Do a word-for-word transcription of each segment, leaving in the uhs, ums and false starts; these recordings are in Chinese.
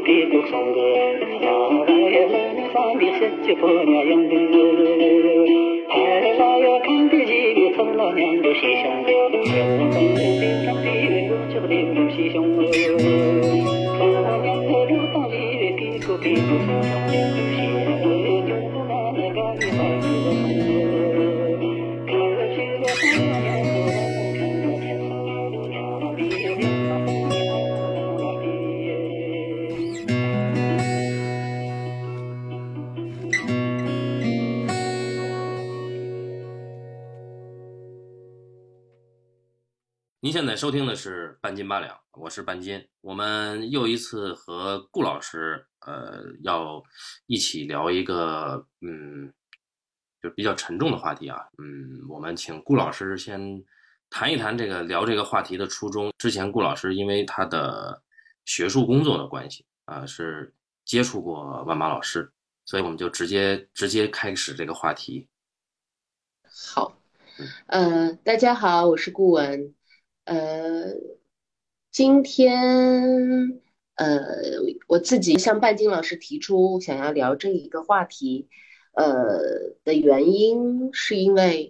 您现在收听的是半斤八两，我是半斤。我们又一次和顾老师，呃，要一起聊一个，嗯，就比较沉重的话题啊。嗯，我们请顾老师先谈一谈这个聊这个话题的初衷。之前顾老师因为他的学术工作的关系啊、呃，是接触过万马老师，所以我们就直接直接开始这个话题。 好，呃，大家好，我是顾文。呃，今天呃，我自己向半斤老师提出想要聊这一个话题，呃的原因是因为，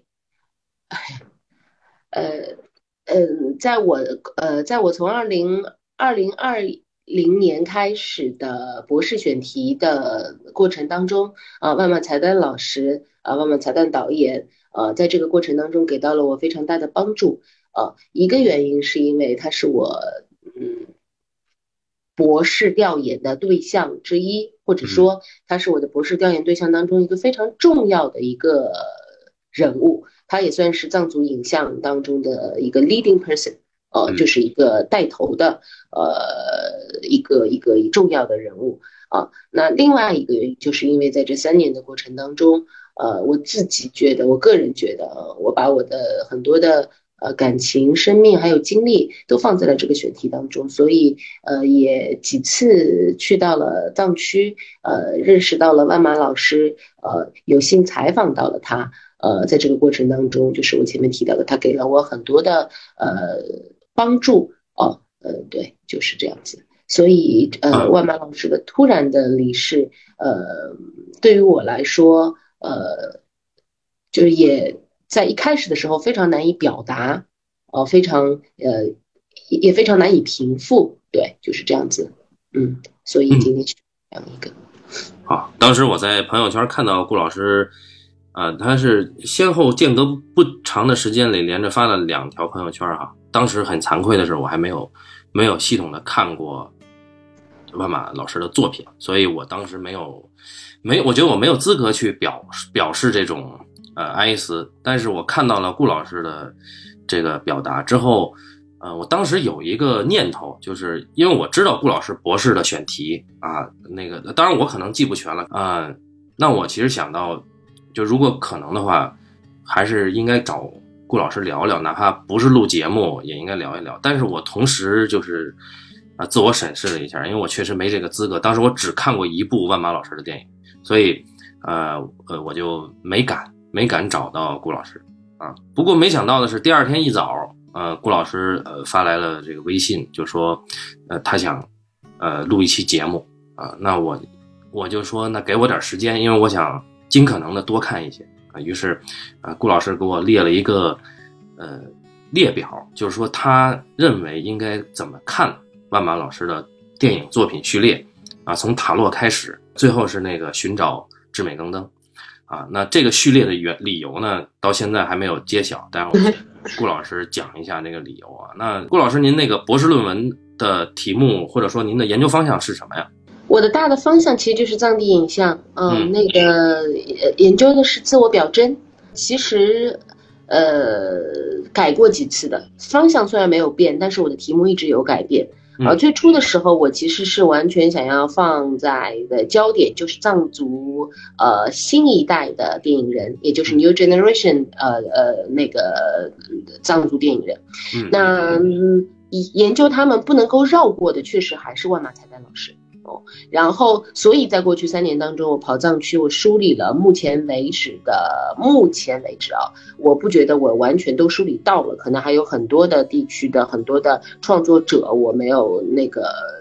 呃呃，在我呃，在我从二零二零二零年开始的博士选题的过程当中，啊、万马才旦老师啊、万马才旦导演，呃，在这个过程当中给到了我非常大的帮助。呃，一个原因是因为他是我嗯博士调研的对象之一，或者嗯说他是我的博士调研对象当中一个非常重要的一个人物，他也算是藏族影像当中的一个 leading person，呃，就嗯是一个带头的呃一个一个重要的人物啊、呃。那另外一个原因就是因为在这三年的过程当中，呃，我自己觉得，我个人觉得，呃我把我的很多的呃感情、生命还有精力都放在了这个选题当中，所以呃也几次去到了藏区，呃认识到了万马老师，呃有幸采访到了他，呃在这个过程当中，就是我前面提到的，他给了我很多的呃帮助哦，呃对，就是这样子。所以，呃， 啊万马老师的突然的离世，呃，对于我来说，呃，就是也在一开始的时候非常难以表达，呃，非常呃也也非常难以平复，对，就是这样子，嗯，所以嗯。 今天是这样一个， 好，当时我在朋友圈看到顾老师，呃，他是先后间隔不长的时间里连着发了两条朋友圈哈。当时很惭愧的是，我还没有没有系统的看过万马老师的作品，所以我当时没有没有，我觉得我没有资格去表表示这种呃哀思。但是我看到了顾老师的这个表达之后，呃，我当时有一个念头，就是因为我知道顾老师博士的选题啊，那个当然我可能记不全了啊、呃，那我其实想到，就如果可能的话，还是应该找顾老师聊聊，哪怕不是录节目，也应该聊一聊。但是我同时就是啊、呃，自我审视了一下，因为我确实没这个资格。当时我只看过一部万马老师的电影，所以呃呃，我就没敢没敢找到顾老师啊。不过没想到的是，第二天一早。呃，顾老师呃发来了这个微信，就说，呃，他想，呃，录一期节目啊、呃，那我我就说，那给我点时间，因为我想尽可能的多看一些啊、呃。于是，啊、呃，顾老师给我列了一个呃列表，就是说他认为应该怎么看万马老师的电影作品序列啊，从塔洛开始，最后是那个寻找至美更登。啊，那这个序列的原理由呢，到现在还没有揭晓，但是我顾老师讲一下那个理由啊。那顾老师，您那个博士论文的题目或者说您的研究方向是什么呀？ 我的大的方向其实就是藏地影像，嗯、呃， 嗯那个研究的是自我表征，其实呃改过几次的方向虽然没有变，但是我的题目一直有改变。呃，最初的时候，我其实是完全想要放在的焦点就是藏族呃新一代的电影人，也就是 New Generation 呃呃那个藏族电影人。 嗯， 那、嗯、研究他们不能够绕过的，确实还是万马才旦老师。哦，然后，所以在过去三年当中，我跑藏区，我梳理了目前为止的，目前为止啊，我不觉得我完全都梳理到了，可能还有很多的地区的很多的创作者，我没有那个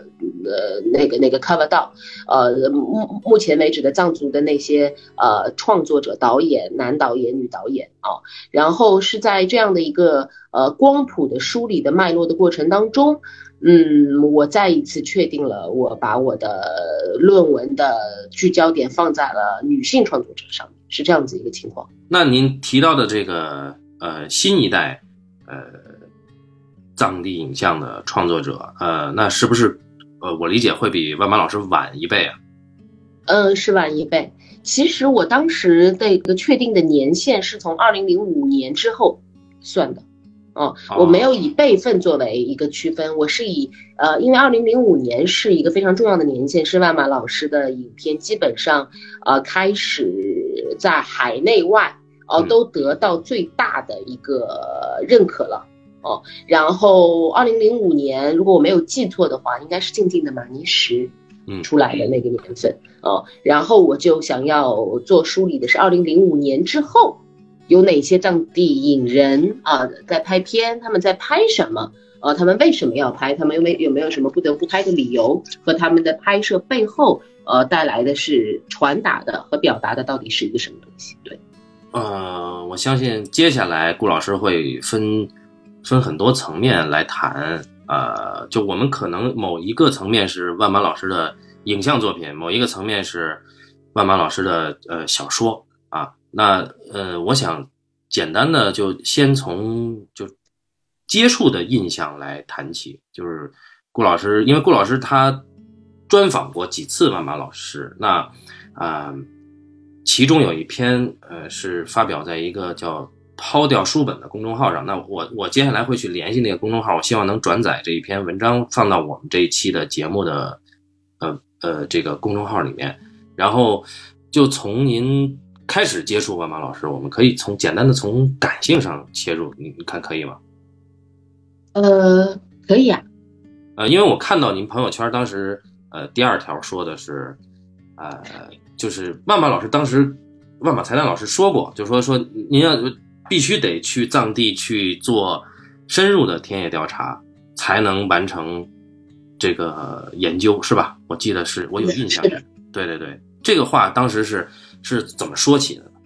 呃那个那个 cover 到，呃目目前为止的藏族的那些呃创作者、导演、男导演、女导演啊，然后是在这样的一个呃光谱的梳理的脉络的过程当中。嗯，我再一次确定了，我把我的论文的聚焦点放在了女性创作者上面，是这样子一个情况。 那您提到的这个呃新一代呃藏地影像的创作者，呃，那是不是呃我理解会比万马老师晚一辈啊？ 嗯，是晚一辈。其实我当时的一个确定的年限是从二零零五年之后算的。哦，我没有以辈分作为一个区分，我是以呃，因为二零零五年是一个非常重要的年限，是万马老师的影片基本上呃开始在海内外哦、呃、都得到最大的一个认可了哦。然后二零零五年，如果我没有记错的话，应该是静静的玛尼石出来的那个年份哦。然后我就想要做梳理的是二零零五年之后。有哪些藏地影人啊在拍片？他们在拍什么？呃，他们为什么要拍？他们有没有没有什么不得不拍的理由？和他们的拍摄背后，呃，带来的是传达的和表达的到底是一个什么东西？对， 呃，我相信接下来顾老师会分分很多层面来谈。呃，就我们可能某一个层面是万马老师的影像作品，某一个层面是万马老师的呃小说啊。那呃，我想简单的就先从就接触的印象来谈起，就是顾老师，因为顾老师他专访过几次万马老师，那啊、呃，其中有一篇呃是发表在一个叫抛掉书本的公众号上，那我我接下来会去联系那个公众号，我希望能转载这一篇文章放到我们这一期的节目的呃呃这个公众号里面，然后就从您开始接触万马老师，我们可以从简单的从感性上切入，你你看可以吗？ 呃，可以啊。 呃，因为我看到您朋友圈当时呃第二条说的是，呃，就是万马老师当时万马才旦老师说过，就说说您要必须得去藏地去做深入的田野调查，才能完成这个研究，是吧？我记得是我有印象。对对对，这个话当时是。是怎么说起的呢？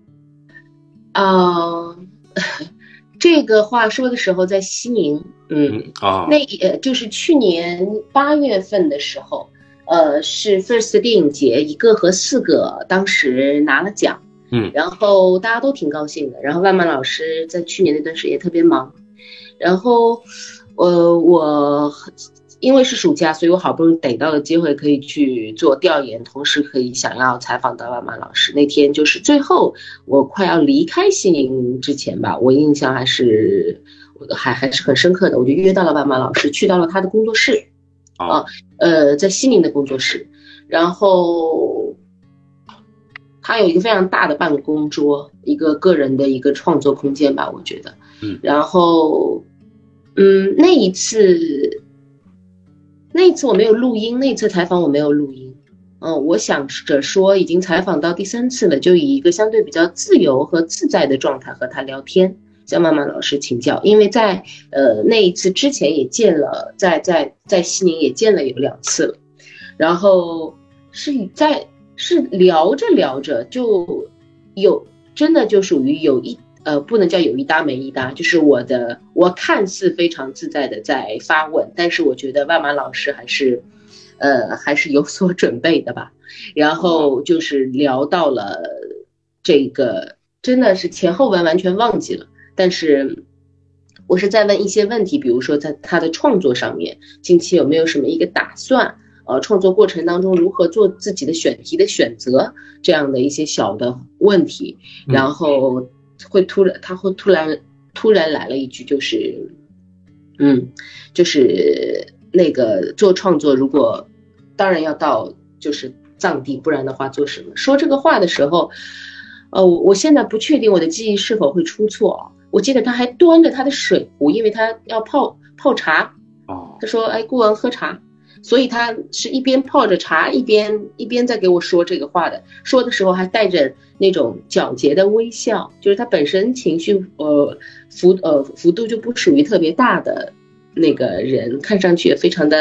呃，这个话说的时候在西宁，嗯，嗯哦、那呃就是去年八月份的时候，呃，是 First 电影节一个和四个当时拿了奖， 嗯， 然后大家都挺高兴的。然后万马老师在去年那段时间也特别忙，然后呃我。因为是暑假，所以我好不容易逮到了机会可以去做调研，同时可以想要采访到万马老师。那天就是最后我快要离开西宁之前吧，我印象还是还还是很深刻的。我就约到了万马老师，去到了他的工作室，啊，呃，在西宁的工作室，然后他有一个非常大的办公桌，一个个人的一个创作空间吧，我觉得， 嗯， 然后，嗯，那一次。那一次我没有录音，那一次采访我没有录音，嗯，我想着说已经采访到第三次了，就以一个相对比较自由和自在的状态和他聊天，向曼曼老师请教，因为在呃那一次之前也见了，在在在西宁也见了有两次了，然后是在是聊着聊着就有真的就属于有一。呃，不能叫有一搭没一搭，就是我的，我看似非常自在的在发问，但是我觉得万马老师还是，呃，还是有所准备的吧。然后就是聊到了这个，真的是前后文完全忘记了，但是我是在问一些问题，比如说在他的创作上面，近期有没有什么一个打算？呃，创作过程当中如何做自己的选题的选择，这样的一些小的问题，然后。会突然，他会突然突然来了一句，就是，嗯，就是那个做创作，如果当然要到就是藏地，不然的话做什么？说这个话的时候，呃，我现在不确定我的记忆是否会出错。我记得他还端着他的水壶，因为他要泡泡茶。 哦， 他说：“哎，顾文喝茶。”所以他是一边泡着茶，一边一边在给我说这个话的，说的时候还带着那种皎洁的微笑，就是他本身情绪呃幅呃幅度就不属于特别大的那个人，看上去也非常的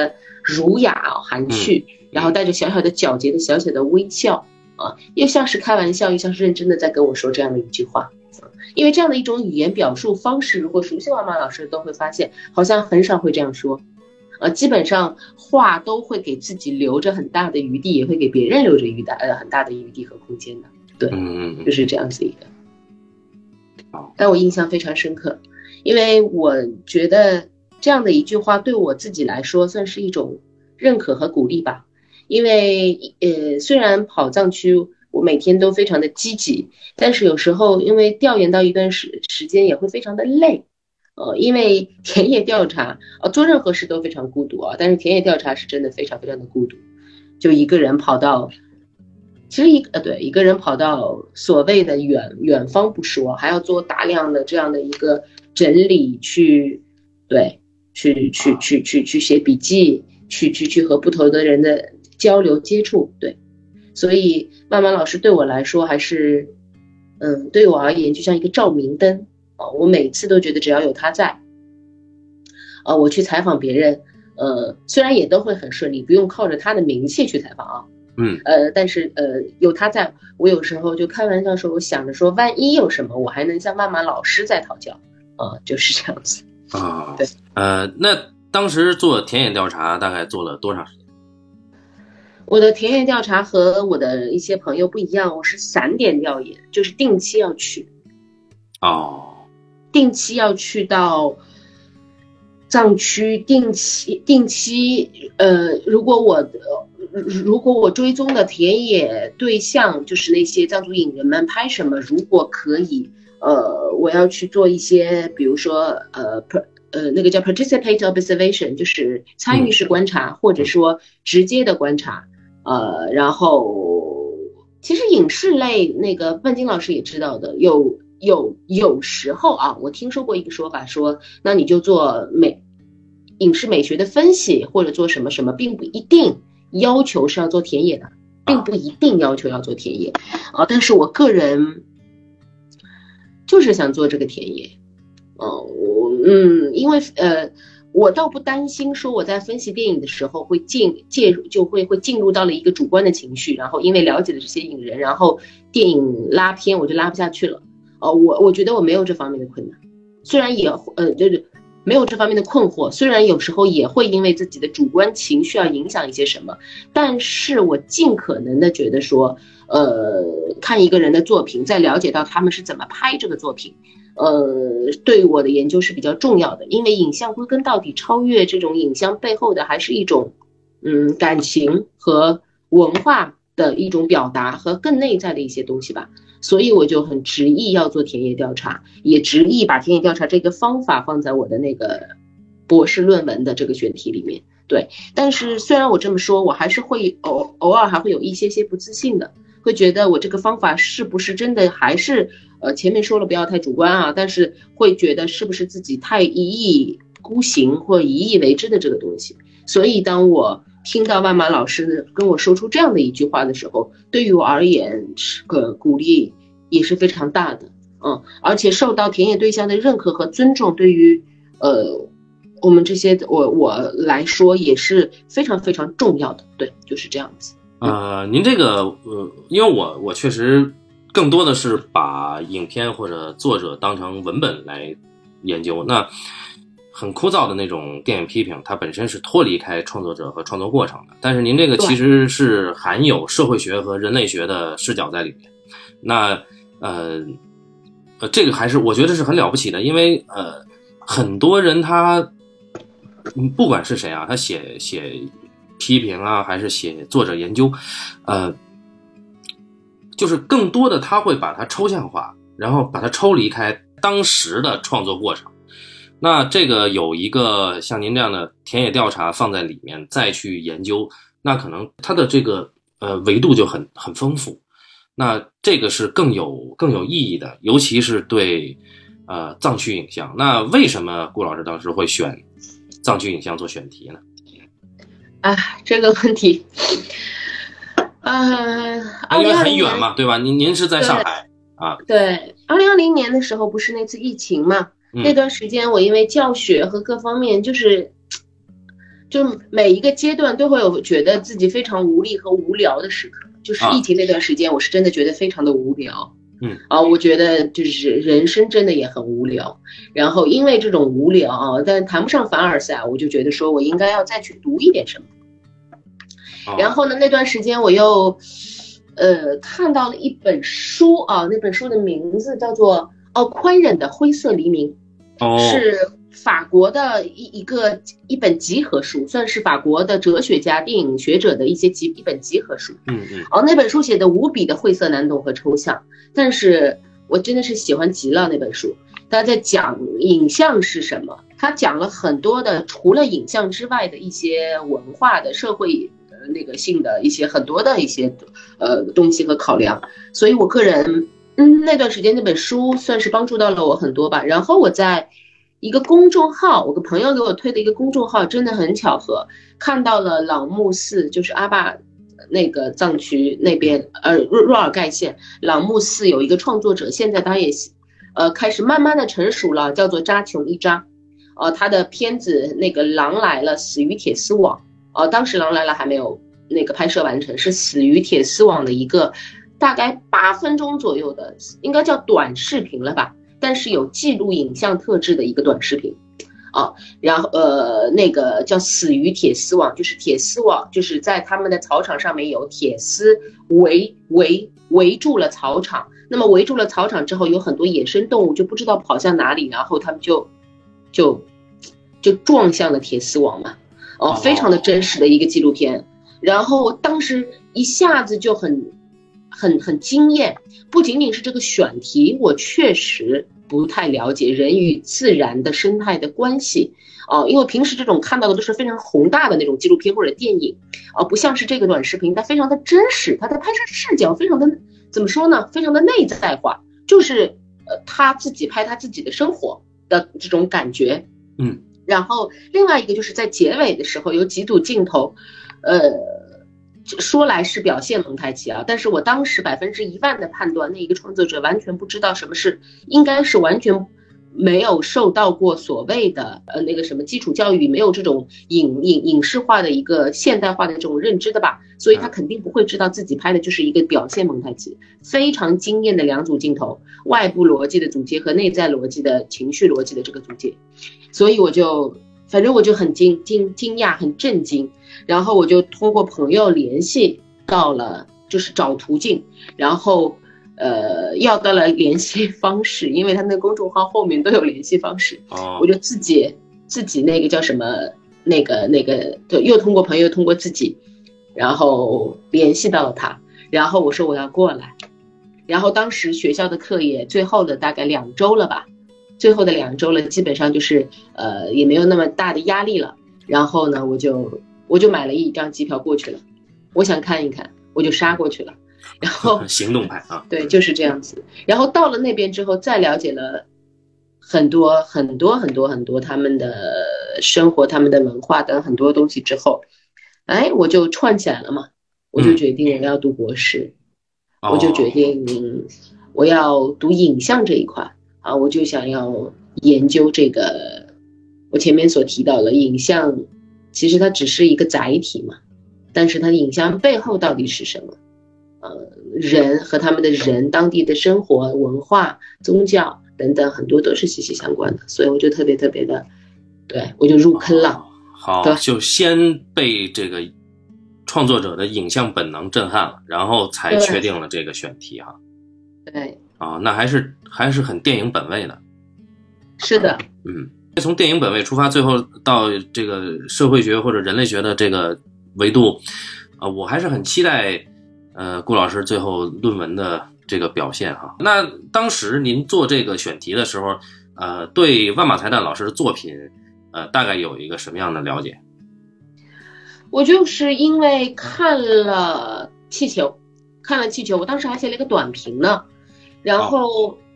儒雅含蓄， 嗯、 然后带着小小的皎洁的小小的微笑啊，又像是开玩笑，又像是认真的在跟我说这样的一句话。因为这样的一种语言表述方式，如果熟悉妈妈老师都会发现，好像很少会这样说，呃，基本上话都会给自己留着很大的余地，也会给别人留着余大呃很大的余地和空间的，对， 嗯， 就是这样子一个。但我印象非常深刻，因为我觉得这样的一句话对我自己来说算是一种认可和鼓励吧。因为呃，虽然跑藏区我每天都非常的积极，但是有时候因为调研到一段时时间也会非常的累，呃，因为田野调查，呃，做任何事都非常孤独啊，但是田野调查是真的非常非常的孤独，就一个人跑到，其实一呃对一个人跑到所谓的远远方不说，还要做大量的这样的一个整理去，对，去去去去去写笔记，去去去和不同的人的交流接触，对。所以曼曼老师对我来说还是，嗯，对我而言就像一个照明灯啊！我每次都觉得只要有他在，啊，我去采访别人，呃，虽然也都会很顺利，不用靠着他的名气去采访啊， 嗯， 呃，但是呃，有他在，我有时候就开玩笑说，我想着说，万一有什么，我还能向曼曼老师在讨教，啊，就是这样子啊。 对， 呃，那当时做田野调查大概做了多长时间？ 我的田野调查和我的一些朋友不一样，我是散点调研，就是定期要去。 哦， 定期要去到藏区，定期定期呃，如果我如果我追踪的田野对象就是那些藏族影人们拍什么，如果可以，呃，我要去做一些，比如说呃。呃，那个叫 participate observation， 就是参与式观察，嗯、或者说直接的观察。呃，然后其实影视类那个万金老师也知道的，有有有时候啊，我听说过一个说法说，那你就做美影视美学的分析，或者做什么什么，并不一定要求是要做田野的，并不一定要求要做田野啊。但是我个人就是想做这个田野。哦，我嗯，因为呃，我倒不担心说我在分析电影的时候会进介入，就会会进入到了一个主观的情绪，然后因为了解了这些影人，然后电影拉偏我就拉不下去了。呃，我我觉得我没有这方面的困难，虽然也呃就是没有这方面的困惑，虽然有时候也会因为自己的主观情绪要影响一些什么，但是我尽可能的觉得说，呃，看一个人的作品，再了解到他们是怎么拍这个作品。呃，对我的研究是比较重要的，因为影像归根到底超越这种影像背后的还是一种，嗯，感情和文化的一种表达和更内在的一些东西吧。所以我就很执意要做田野调查，也执意把田野调查这个方法放在我的那个博士论文的这个选题里面。对，但是虽然我这么说，我还是会偶偶尔还会有一些些不自信的，会觉得我这个方法是不是真的还是。呃，前面说了不要太主观啊，但是会觉得是不是自己太一意孤行或一意为之的这个东西。所以当我听到万马老师跟我说出这样的一句话的时候，对于我而言是个鼓励也是非常大的。嗯，而且受到田野对象的认可和尊重，对于呃我们这些我我来说也是非常非常重要的。对，就是这样子。 呃，您这个呃，因为我我确实。更多的是把影片或者作者当成文本来研究，那很枯燥的那种电影批评，它本身是脱离开创作者和创作过程的。但是您这个其实是含有社会学和人类学的视角在里面，那呃呃，这个还是我觉得是很了不起的，因为呃很多人他不管是谁啊，他写写批评啊，还是写作者研究，呃。就是更多的他会把它抽象化，然后把它抽离开当时的创作过程。那这个有一个像您这样的田野调查放在里面再去研究，那可能它的这个呃维度就很很丰富。那这个是更有更有意义的，尤其是对呃藏区影像。那为什么顾老师当时会选藏区影像做选题呢？ 啊，这个问题。呃， 因为很远嘛，对吧？您您是在上海啊？ 对，二零二零年的时候不是那次疫情嘛？嗯、那段时间我因为教学和各方面，就是就每一个阶段都会有觉得自己非常无力和无聊的时刻。就是疫情那段时间，我是真的觉得非常的无聊。 嗯啊，我觉得就是人生真的也很无聊。然后因为这种无聊啊，但谈不上凡尔赛，我就觉得说我应该要再去读一点什么。 哦、 然后呢，那段时间我又呃看到了一本书啊，那本书的名字叫做哦宽忍的灰色黎明， 哦、 是法国的一一个一本集合书，算是法国的哲学家、电影学者的一些集一本集合书。 嗯嗯。 哦，那本书写的无比的晦涩难懂和抽象，但是我真的是喜欢极了那本书。他在讲影像是什么，他讲了很多的除了影像之外的一些文化的、社会呃那个性的一些很多的一些呃东西和考量。所以我个人嗯那段时间那本书算是帮助到了我很多吧。然后我在一个公众号，我个朋友给我推的一个公众号，真的很巧合，看到了朗木寺，就是阿坝那个藏区那边，呃，若若尔盖县朗木寺有一个创作者，现在他也呃开始慢慢的成熟了，叫做扎琼一扎，呃，他的片子那个《狼来了》死于铁丝网，呃，当时《狼来了》还没有那个拍摄完成，是死于铁丝网的一个大概八分钟左右的，应该叫短视频了吧。但是有记录影像特质的一个短视频，啊，然后呃那个叫死于铁丝网，就是铁丝网，就是在他们的草场上面有铁丝围围围住了草场，那么围住了草场之后，有很多野生动物就不知道跑向哪里，然后他们就就就撞向了铁丝网嘛，哦，非常的真实的一个纪录片，然后当时一下子就很很很惊艳，不仅仅是这个选题，我确实不太了解人与自然的生态的关系啊、呃，因为平时这种看到的都是非常宏大的那种纪录片或者电影啊、呃，不像是这个短视频，它非常的真实，它的拍摄视角非常的怎么说呢，非常的内在化，就是呃他自己拍他自己的生活的这种感觉， 嗯， 然后另外一个就是在结尾的时候有几组镜头，呃。说来是表现蒙太奇啊，但是我当时百分之一万的判断，那一个创作者完全不知道什么是，应该是完全没有受到过所谓的呃那个什么基础教育，没有这种影影影视化的一个现代化的这种认知的吧，所以他肯定不会知道自己拍的就是一个表现蒙太奇，非常惊艳的两组镜头，外部逻辑的组接和内在逻辑的情绪逻辑的这个组接，所以我就反正我就很惊惊惊讶，很震惊。然后我就通过朋友联系到了，就是找途径，然后呃要到了联系方式，因为他那公众号后面都有联系方式， 哦， 我就自己自己那个叫什么那个那个，就又通过朋友通过自己，然后联系到了他，然后我说我要过来，然后当时学校的课也最后的大概两周了吧，最后的两周了，基本上就是呃也没有那么大的压力了，然后呢我就。我就买了一张机票过去了，我想看一看，我就杀过去了，然后行动派啊， 对，就是这样子。然后到了那边之后，再了解了很多很多很多很多他们的生活、他们的文化等很多东西之后，哎，我就串起来了嘛，我就决定我要读博士，嗯、我就决定我要读影像这一块啊，我就想要研究这个我前面所提到的影像。其实它只是一个载体嘛，但是它影像背后到底是什么？呃，人和他们的人、当地的生活、文化、宗教等等，很多都是息息相关的，所以我就特别特别的，对我就入坑了。哦、 好，就先被这个创作者的影像本能震撼了，然后才确定了这个选题哈。 对， 啊、哦，那还是还是很电影本位的。 是的， 嗯。从电影本位出发，最后到这个社会学或者人类学的这个维度，啊、呃，我还是很期待，呃，顾老师最后论文的这个表现哈。那当时您做这个选题的时候，呃，对万马才旦老师的作品，呃，大概有一个什么样的了解？ 我就是因为看了气球，看了气球，我当时还写了一个短评呢，然后、哦、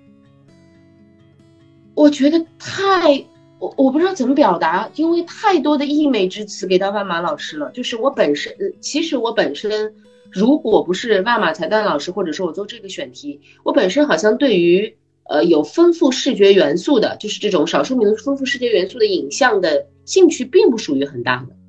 我觉得太。我我不知道怎么表达，因为太多的溢美之词给到万马老师了。就是我本身，其实我本身，如果不是万马才旦老师，或者说我做这个选题，我本身好像对于呃有丰富视觉元素的，就是这种少数民族丰富视觉元素的影像的兴趣，并不属于很大的。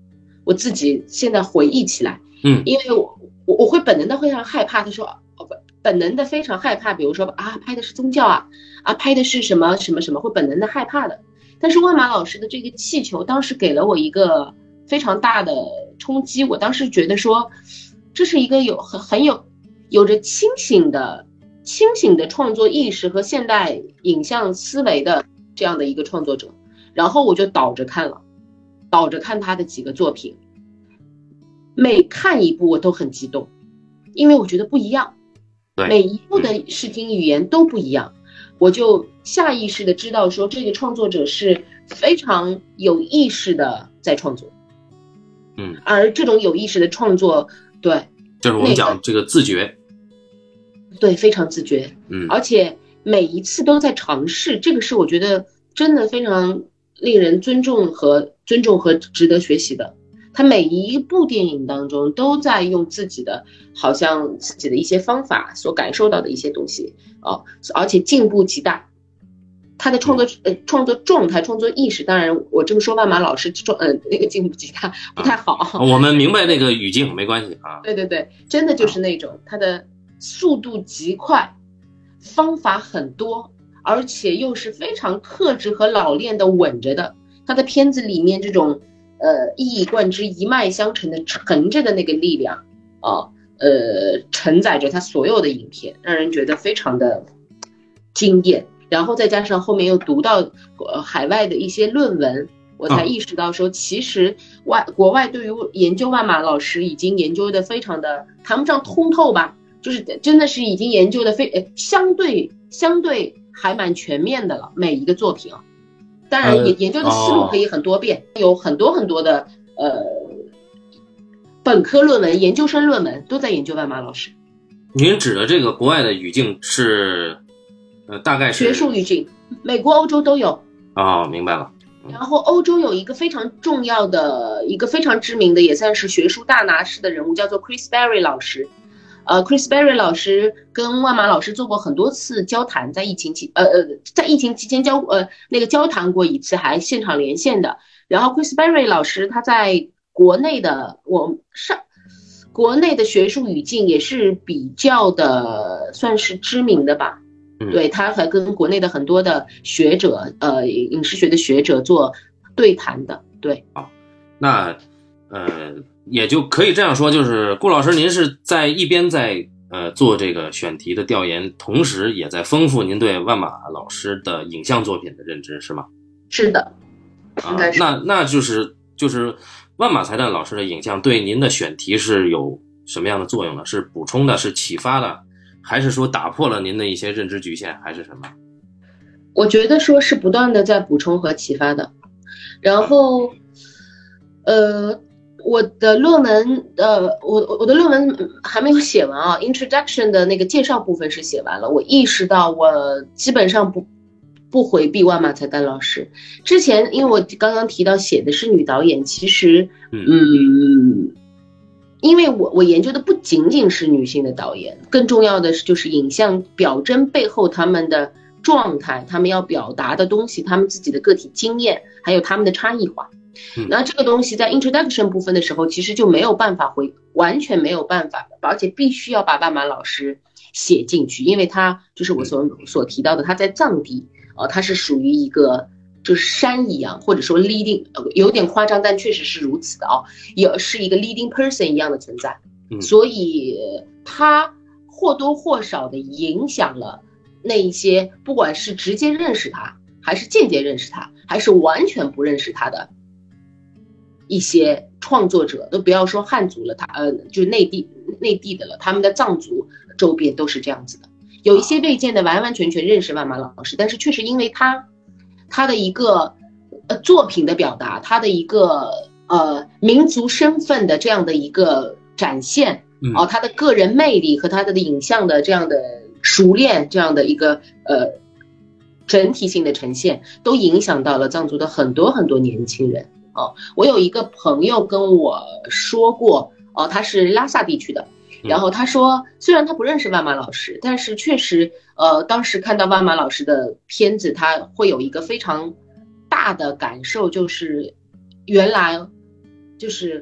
我自己现在回忆起来， 嗯， 因为我我我会本能的非常害怕，他说本能的非常害怕，比如说啊拍的是宗教啊啊拍的是什么什么什么，会本能的害怕的。但是万马老师的这个气球当时给了我一个非常大的冲击，我当时觉得说这是一个有很很有有着清醒的清醒的创作意识和现代影像思维的这样的一个创作者，然后我就倒着看了，倒着看他的几个作品，每看一部我都很激动，因为我觉得不一样，每一部的视听语言都不一样，我就下意识的知道说这个创作者是非常有意识的在创作， 嗯， 而这种有意识的创作，对， 就是我们讲这个自觉， 对，非常自觉， 嗯， 而且每一次都在尝试，这个是我觉得真的非常令人尊重和尊重和值得学习的。他每一部电影当中都在用自己的好像自己的一些方法所感受到的一些东西哦，而且进步极大。他的创作呃创作状态、创作意识，当然我这么说万马老师创呃那个进步极大不太好、 啊。我们明白那个语境没关系啊。 对对对，真的就是那种、啊、他的速度极快，方法很多，而且又是非常克制和老练的稳着的。他的片子里面这种。呃，一以贯之、一脉相承的沉着的那个力量啊，呃，承载着他所有的影片，让人觉得非常的惊艳。然后再加上后面又读到呃海外的一些论文，我才意识到说，其实外国外对于研究万马老师已经研究的非常的谈不上通透吧，就是真的是已经研究的非呃相对相对还蛮全面的了，每一个作品啊。当然研研究的思路可以很多变、呃哦、有很多很多的呃本科论文、研究生论文都在研究万马老师。 您指的这个国外的语境是呃大概是学术语境，美国、欧洲都有。 哦，明白了。 然后欧洲有一个非常重要的、一个非常知名的，也算是学术大拿式的人物，叫做 Chris Berry 老师。呃 ，Chris Berry 老师跟万马老师做过很多次交谈，在疫情期呃呃，在疫情期间交呃那个交谈过一次，还现场连线的。然后 Chris Berry 老师他在国内的我上国内的学术语境也是比较的算是知名的吧。 嗯、 对，他还跟国内的很多的学者呃影视学的学者做对谈的。对， 好，那呃。也就可以这样说，就是顾老师您是在一边在呃做这个选题的调研，同时也在丰富您对万马老师的影像作品的认知，是吗？ 是的，应该是。 啊、那那就是就是万马才旦老师的影像对您的选题是有什么样的作用呢？是补充的，是启发的，还是说打破了您的一些认知局限，还是什么？ 我觉得说是不断的在补充和启发的，然后呃我的论文，呃，我我的论文还没有写完啊 ，introduction 的那个介绍部分是写完了。我意识到我基本上不不回避万马才旦老师。之前因为我刚刚提到写的是女导演，其实，嗯，因为我我研究的不仅仅是女性的导演，更重要的是就是影像表征背后他们的状态，他们要表达的东西，他们自己的个体经验，还有他们的差异化。那这个东西在 introduction 部分的时候，其实就没有办法回，完全没有办法，而且必须要把万马老师写进去，因为他就是我所所提到的，他在藏地，呃，他是属于一个就是山一样，或者说 leading， 有点夸张，但确实是如此的啊，也是一个 leading person 一样的存在，所以他或多或少的影响了那一些不管是直接认识他，还是间接认识他，还是完全不认识他的一些创作者，都不要说汉族了，他呃就是内地内地的了，他们的藏族周边都是这样子的。有一些未见的完完全全认识万马老师，但是确实因为他他的一个呃作品的表达，他的一个呃民族身份的这样的一个展现，哦、呃，他的个人魅力和他的影像的这样的熟练，这样的一个呃整体性的呈现，都影响到了藏族的很多很多年轻人。哦，我有一个朋友跟我说过，哦，他是拉萨地区的，然后他说，虽然他不认识万马老师，但是确实，呃，当时看到万马老师的片子，他会有一个非常大的感受，就是原来就是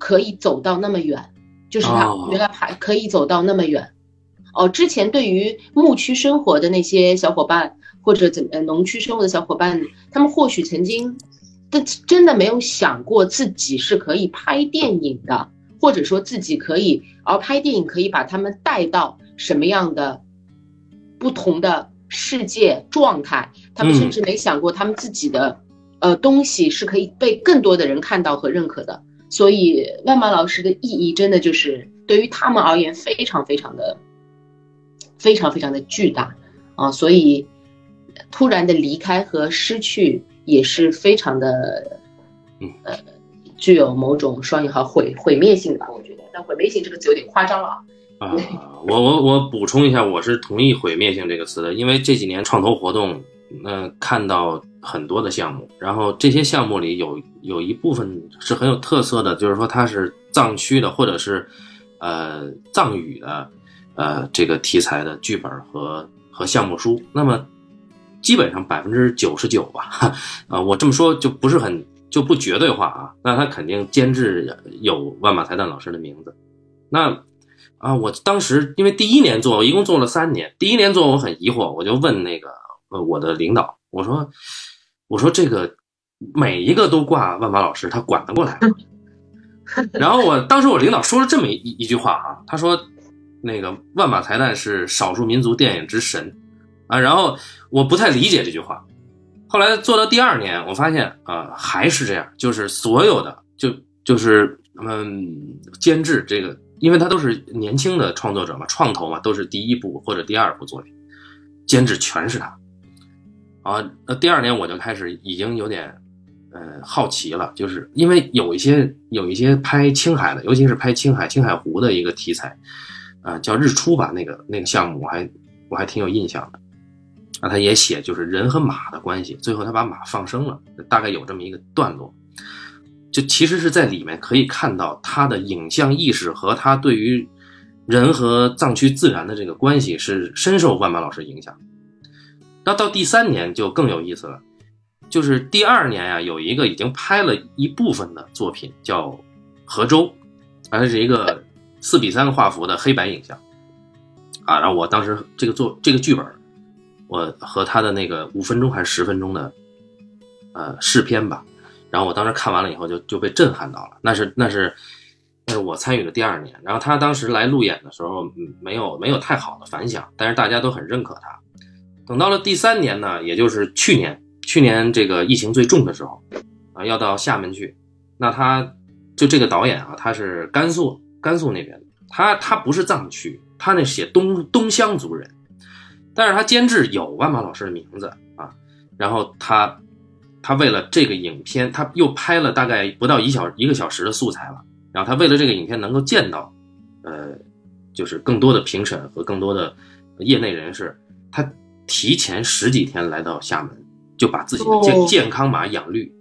可以走到那么远，就是他原来拍可以走到那么远。哦，之前对于牧区生活的那些小伙伴，或者怎么农区生活的小伙伴，他们或许曾经但真的没有想过自己是可以拍电影的，或者说自己可以，而拍电影可以把他们带到什么样的不同的世界状态，他们甚至没想过他们自己的、嗯、呃东西是可以被更多的人看到和认可的。所以万马老师的意义真的就是对于他们而言非常非常的非常非常的巨大啊！所以突然的离开和失去也是非常的呃具有某种双引号毁毁灭性吧，我觉得。但毁灭性这个词有点夸张了啊。 啊，我我我补充一下，我是同意毁灭性这个词的，因为这几年创投活动，呃，看到很多的项目，然后这些项目里有有一部分是很有特色的，就是说它是藏区的，或者是呃藏语的呃这个题材的剧本和和项目书，那么基本上百分之九十九吧，啊、呃，我这么说就不是很就不绝对化啊，那他肯定监制有万马才旦老师的名字，那。啊，我当时因为第一年做，我一共做了三年。第一年做我很疑惑，我就问那个呃我的领导，我说我说这个每一个都挂万马老师，他管得过来吗？然后我当时我领导说了这么一一句话啊，他说那个万马才旦是少数民族电影之神啊，然后我不太理解这句话。后来做到第二年，我发现啊、呃、还是这样，就是所有的就就是嗯监制这个。因为他都是年轻的创作者嘛，创投嘛，都是第一部或者第二部作品，监制全是他。啊，那第二年我就开始已经有点呃好奇了，就是因为有一些有一些拍青海的，尤其是拍青海青海湖的一个题材，啊、呃，叫日出吧，那个那个项目我还我还挺有印象的。啊，他也写就是人和马的关系，最后他把马放生了，大概有这么一个段落。就其实是在里面可以看到他的影像意识和他对于人和藏区自然的这个关系是深受万马老师影响。那到第三年就更有意思了，就是第二年呀、啊，有一个已经拍了一部分的作品叫《河州》，啊，这是一个四比三画幅的黑白影像啊。然后我当时这个做这个剧本，我和他的那个五分钟还是十分钟的呃试片吧。然后我当时看完了以后就就被震撼到了，那是那是那是我参与的第二年。然后他当时来路演的时候，没有没有太好的反响，但是大家都很认可他。等到了第三年呢，也就是去年，去年这个疫情最重的时候，啊，要到厦门去。那他就这个导演啊，他是甘肃甘肃那边的，他他不是藏区，他那写东东乡族人，但是他监制有万马老师的名字啊，然后他。他为了这个影片，他又拍了大概不到一小一个小时的素材了。然后他为了这个影片能够见到，呃，就是更多的评审和更多的业内人士，他提前十几天来到厦门，就把自己的健健康码养绿，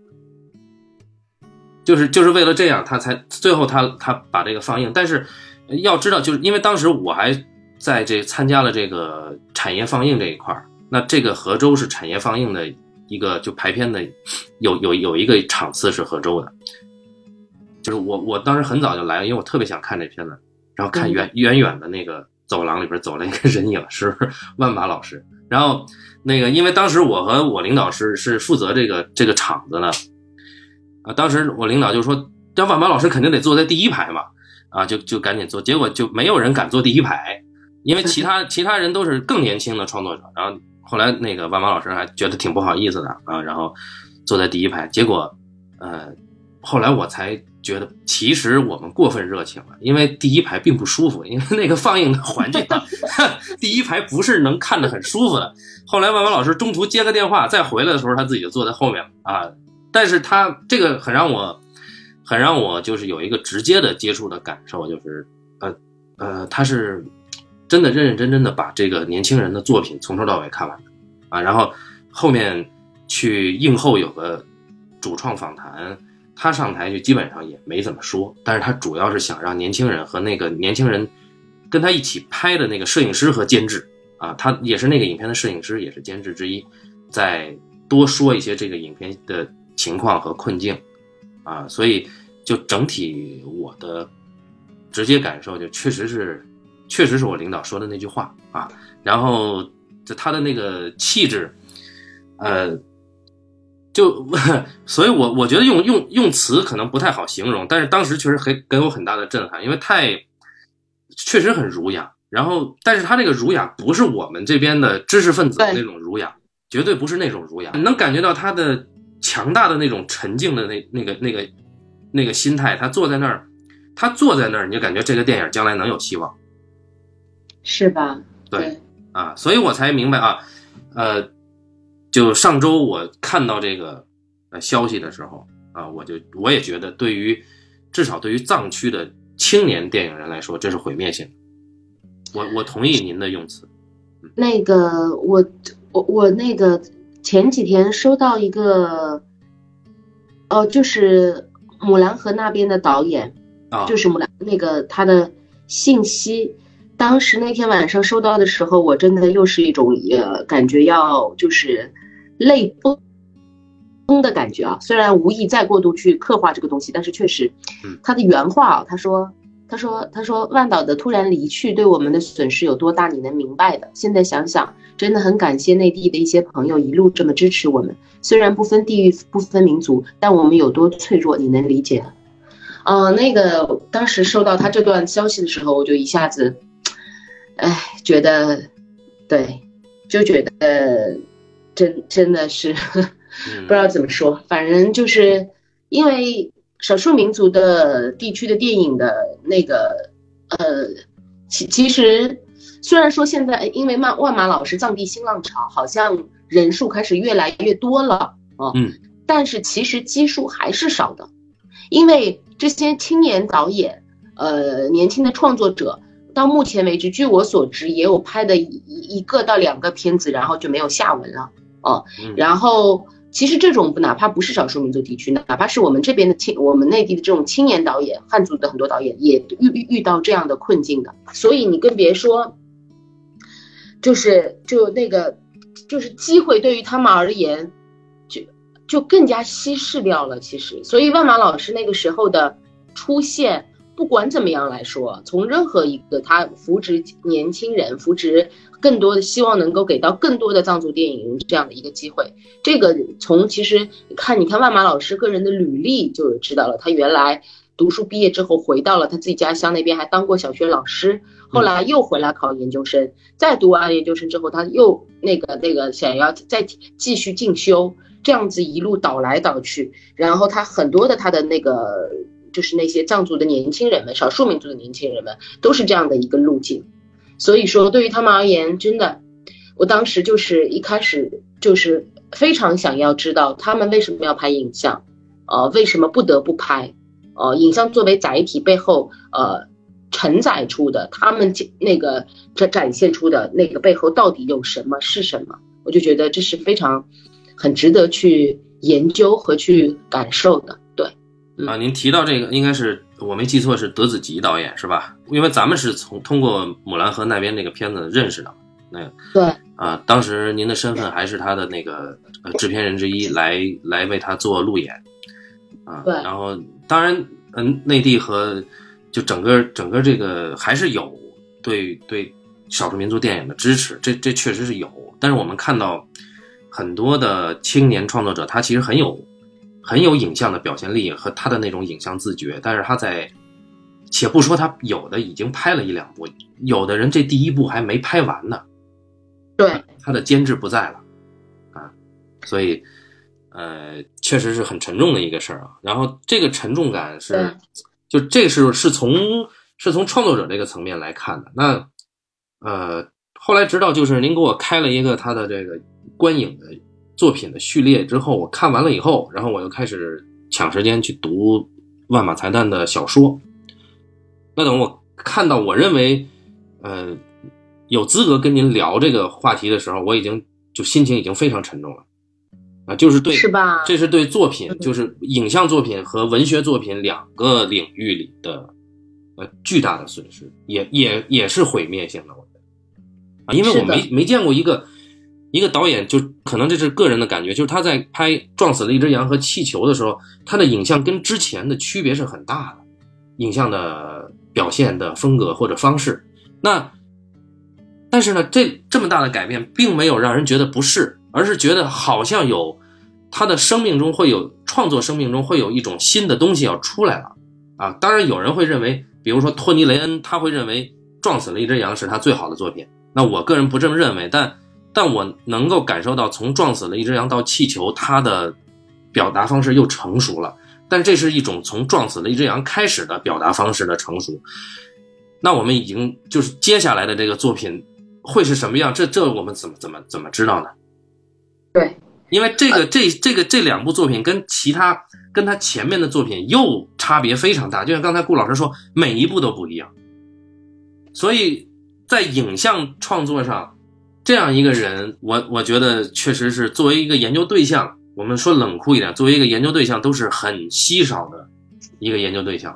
就是就是为了这样，他才最后他他把这个放映。但是要知道，就是因为当时我还在这参加了这个产业放映这一块，那这个河州是产业放映的。一个就排片的有有有一个场次是河州的，就是我我当时很早就来了，因为我特别想看这片子，然后看远远远的那个走廊里边走了一个人影，是万马老师。然后那个因为当时我和我领导是是负责这个这个场子呢，啊，当时我领导就说，这万马老师肯定得坐在第一排嘛，啊，就就赶紧坐，结果就没有人敢坐第一排，因为其他其他人都是更年轻的创作者，然后。后来那个万马老师还觉得挺不好意思的啊，然后坐在第一排，结果呃后来我才觉得其实我们过分热情了，因为第一排并不舒服，因为那个放映的环境啊，第一排不是能看得很舒服的。后来万马老师中途接个电话再回来的时候，他自己就坐在后面了啊，但是他这个很让我很让我就是有一个直接的接触的感受，就是呃呃他是真的认认真真的把这个年轻人的作品从头到尾看完啊，然后后面去映后有个主创访谈，他上台就基本上也没怎么说，但是他主要是想让年轻人和那个年轻人跟他一起拍的那个摄影师和监制啊，他也是那个影片的摄影师，也是监制之一，再多说一些这个影片的情况和困境啊，所以就整体我的直接感受就确实是，确实是我领导说的那句话啊。然后他的那个气质，呃，就所以我我觉得用用用词可能不太好形容，但是当时确实给给我很大的震撼，因为太确实很儒雅。然后，但是他这个儒雅不是我们这边的知识分子的那种儒雅，绝对不是那种儒雅，能感觉到他的强大的那种沉静的那那个那个那个心态。他坐在那儿，他坐在那儿，你就感觉这个电影将来能有希望， 是吧？ 对。对啊，所以我才明白啊，呃，就上周我看到这个呃消息的时候啊，我就我也觉得，对于至少对于藏区的青年电影人来说，这是毁灭性的。我我同意您的用词。 那个我我我那个前几天收到一个，哦，就是母兰河那边的导演， 啊， 就是母兰那个他的信息。当时那天晚上收到的时候，我真的又是一种呃感觉要就是泪崩的感觉啊。虽然无意再过度去刻画这个东西，但是确实，他的原话啊，他说他说他说万岛的突然离去对我们的损失有多大，你能明白的。现在想想，真的很感谢内地的一些朋友一路这么支持我们。虽然不分地域不分民族，但我们有多脆弱，你能理解的。呃，那个当时收到他这段消息的时候，我就一下子。哎，觉得，对，就觉得真真的是不知道怎么说，反正就是因为少数民族的地区的电影的那个，呃，其其实虽然说现在因为万万马老师藏地新浪潮，好像人数开始越来越多了啊， 嗯， 但是其实基数还是少的，因为这些青年导演，呃，年轻的创作者。到目前为止，据我所知，也有拍的一一个到两个片子，然后就没有下文了哦。然后，其实这种哪怕不是少数民族地区，哪怕是我们这边的青，我们内地的这种青年导演，汉族的很多导演也遇遇到这样的困境的。所以你更别说，就是就那个，就是机会对于他们而言，就就更加稀释掉了。其实，所以万马老师那个时候的出现。不管怎么样来说，从任何一个他扶植年轻人，扶植更多的，希望能够给到更多的藏族电影人这样的一个机会。这个从其实看，你看万马老师个人的履历就知道了，他原来读书毕业之后回到了他自己家乡那边，还当过小学老师，后来又回来考研究生，再读完研究生之后，他又那个那个想要再继续进修，这样子一路倒来倒去，然后他很多的他的那个。就是那些藏族的年轻人们，少数民族的年轻人们，都是这样的一个路径。所以说，对于他们而言，真的，我当时就是一开始就是非常想要知道他们为什么要拍影像，呃，为什么不得不拍，呃，影像作为载体背后，呃，承载出的他们那个这展现出的那个背后到底有什么是什么？我就觉得这是非常很值得去研究和去感受的。对。 啊，您提到这个，应该是我没记错，是德子吉导演是吧？因为咱们是从通过母兰河那边那个片子认识的，那个对啊，当时您的身份还是他的那个呃制片人之一，来来为他做路演啊。 对。 然后当然，嗯，内地和就整个整个这个还是有对对少数民族电影的支持，这这确实是有。但是我们看到很多的青年创作者，他其实很有。很有影像的表现力和他的那种影像自觉，但是他在，且不说他有的已经拍了一两部，有的人这第一部还没拍完呢， 对， 他的监制不在了，啊，所以，呃，确实是很沉重的一个事儿啊。然后这个沉重感是，就这是是从是从创作者这个层面来看的。那，呃，后来直到就是您给我开了一个他的这个观影的。作品的序列之后，我看完了以后，然后我又开始抢时间去读万马才旦的小说。那等我看到我认为呃有资格跟您聊这个话题的时候，我已经就心情已经非常沉重了啊，就是对， 是吧？ 这是对作品，就是影像作品和文学作品两个领域里的呃巨大的损失，也也也是毁灭性的，我觉得啊，因为我没没见过一个。 一个导演就可能这是个人的感觉，就是他在拍《撞死了一只羊》和《气球》的时候，他的影像跟之前的区别是很大的，影像的表现的风格或者方式。那但是呢，这这么大的改变并没有让人觉得不适，而是觉得好像有他的生命中会有创作生命中会有一种新的东西要出来了啊！当然有人会认为，比如说托尼·雷恩，他会认为《撞死了一只羊》是他最好的作品。那我个人不这么认为，但但我能够感受到，从《撞死了一只羊》到《气球》，他的表达方式又成熟了。但这是一种从《撞死了一只羊》开始的表达方式的成熟。那我们已经就是接下来的这个作品会是什么样？这这我们怎么怎么怎么知道呢？ 对， 因为这个这这个这两部作品跟其他跟他前面的作品又差别非常大，就像刚才顾老师说，每一部都不一样。所以在影像创作上，这样一个人，我我觉得确实是作为一个研究对象，我们说冷酷一点，作为一个研究对象都是很稀少的一个研究对象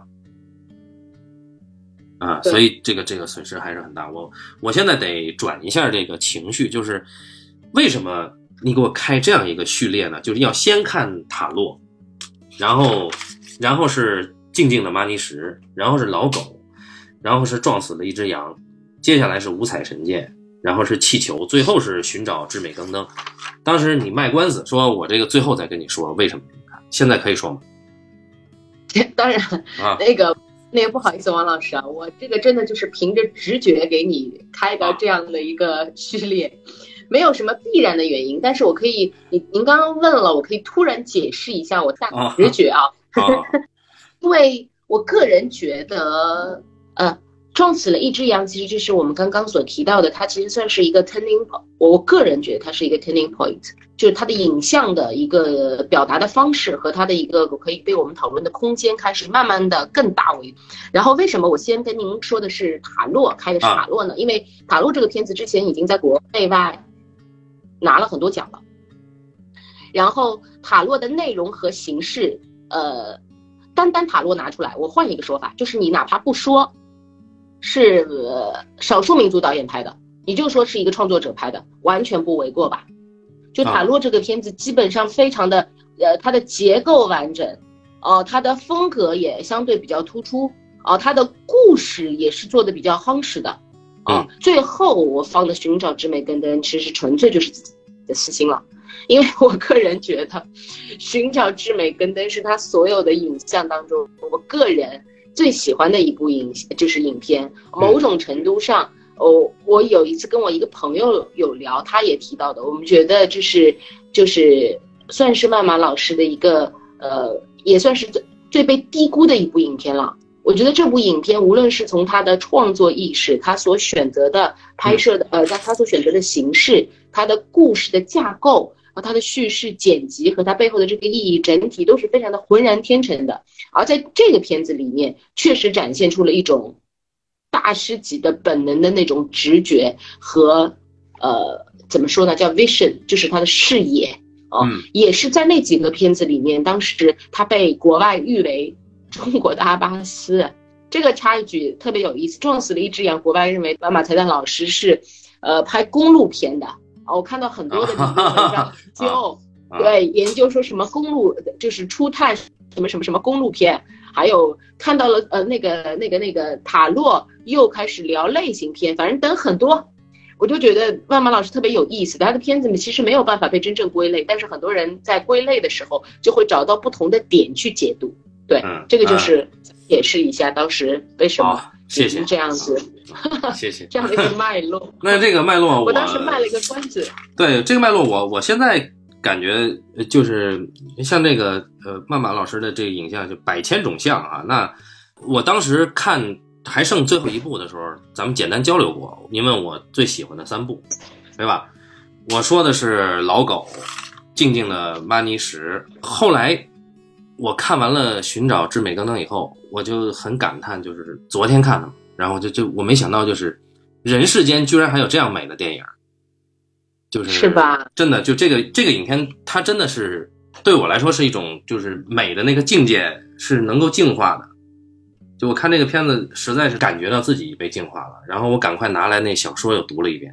啊，所以这个这个损失还是很大。我我现在得转一下这个情绪，就是为什么你给我开这样一个序列呢？就是要先看塔洛，然后然后是静静的玛尼石，然后是老狗，然后是撞死了一只羊，接下来是五彩神剑，然后是气球，最后是寻找至美更登。当时你卖关子说我这个最后再跟你说为什么给你看，现在可以说吗？ 当然啊， 那个那个不好意思，王老师啊，我这个真的就是凭着直觉给你开的这样的一个序列，没有什么必然的原因，但是我可以，您您刚刚问了，我可以突然解释一下我大直觉啊， 啊因为我个人觉得，呃。撞死了一只羊，其实就是我们刚刚所提到的，它其实算是一个 turning point。我个人觉得它是一个 turning point， 就是它的影像的一个表达的方式和它的一个可以被我们讨论的空间开始慢慢的更大维度。然后为什么我先跟您说的是塔洛，开的是塔洛呢？因为塔洛这个片子之前已经在国内外拿了很多奖了。然后塔洛的内容和形式，呃，单单塔洛拿出来，我换一个说法，就是你哪怕不说是、呃、少数民族导演拍的，你就说是一个创作者拍的，完全不为过吧？就塔洛这个片子基本上非常的，呃，它的结构完整，哦、呃，它的风格也相对比较突出，哦、呃，它的故事也是做的比较夯实的，哦、呃，最后我放的寻找至美更登其实纯粹就是自己的私心了。因为我个人觉得寻找至美更登是他所有的影像当中我个人最喜欢的一部影就是影片。某种程度上哦，我有一次跟我一个朋友有聊，他也提到的，我们觉得就是就是算是曼玛老师的一个呃也算是最最被低估的一部影片了。我觉得这部影片无论是从他的创作意识，他所选择的拍摄的呃他所选择的形式，他的故事的架构，它的叙事剪辑和它背后的这个意义，整体都是非常的浑然天成的。而在这个片子里面，确实展现出了一种大师级的本能的那种直觉和呃怎么说呢，叫 vision， 就是他的视野啊、呃嗯，也是在那几个片子里面，当时他被国外誉为中国的阿巴斯。这个插一句特别有意思，撞死了一只羊，国外认为马马才旦老师是呃拍公路片的。我看到很多的理论文章研究，对，研究说什么公路就是初探什么什么什么公路片，还有看到了呃那个那个那个塔洛又开始聊类型片，反正等很多，我就觉得万马老师特别有意思，他的片子其实没有办法被真正归类，但是很多人在归类的时候就会找到不同的点去解读，对，嗯、这个就是解释一下当时为什么。 谢谢这样子， 谢谢这样的一个脉络。 那这个脉络我， 我当时卖了一个关子。 对这个脉络我，我我现在感觉就是像这个呃曼玛老师的这个影像就百千种像啊。那我当时看还剩最后一部的时候，咱们简单交流过，您问我最喜欢的三部，对吧？我说的是老狗、静静的玛尼石。后来我看完了寻找至美更登以后，我就很感叹，就是昨天看的嘛，然后就就我没想到，就是人世间居然还有这样美的电影，就是是吧？ 真的，就这个这个影片，它真的是对我来说是一种就是美的那个境界是能够净化的。就我看这个片子，实在是感觉到自己被净化了，然后我赶快拿来那小说又读了一遍，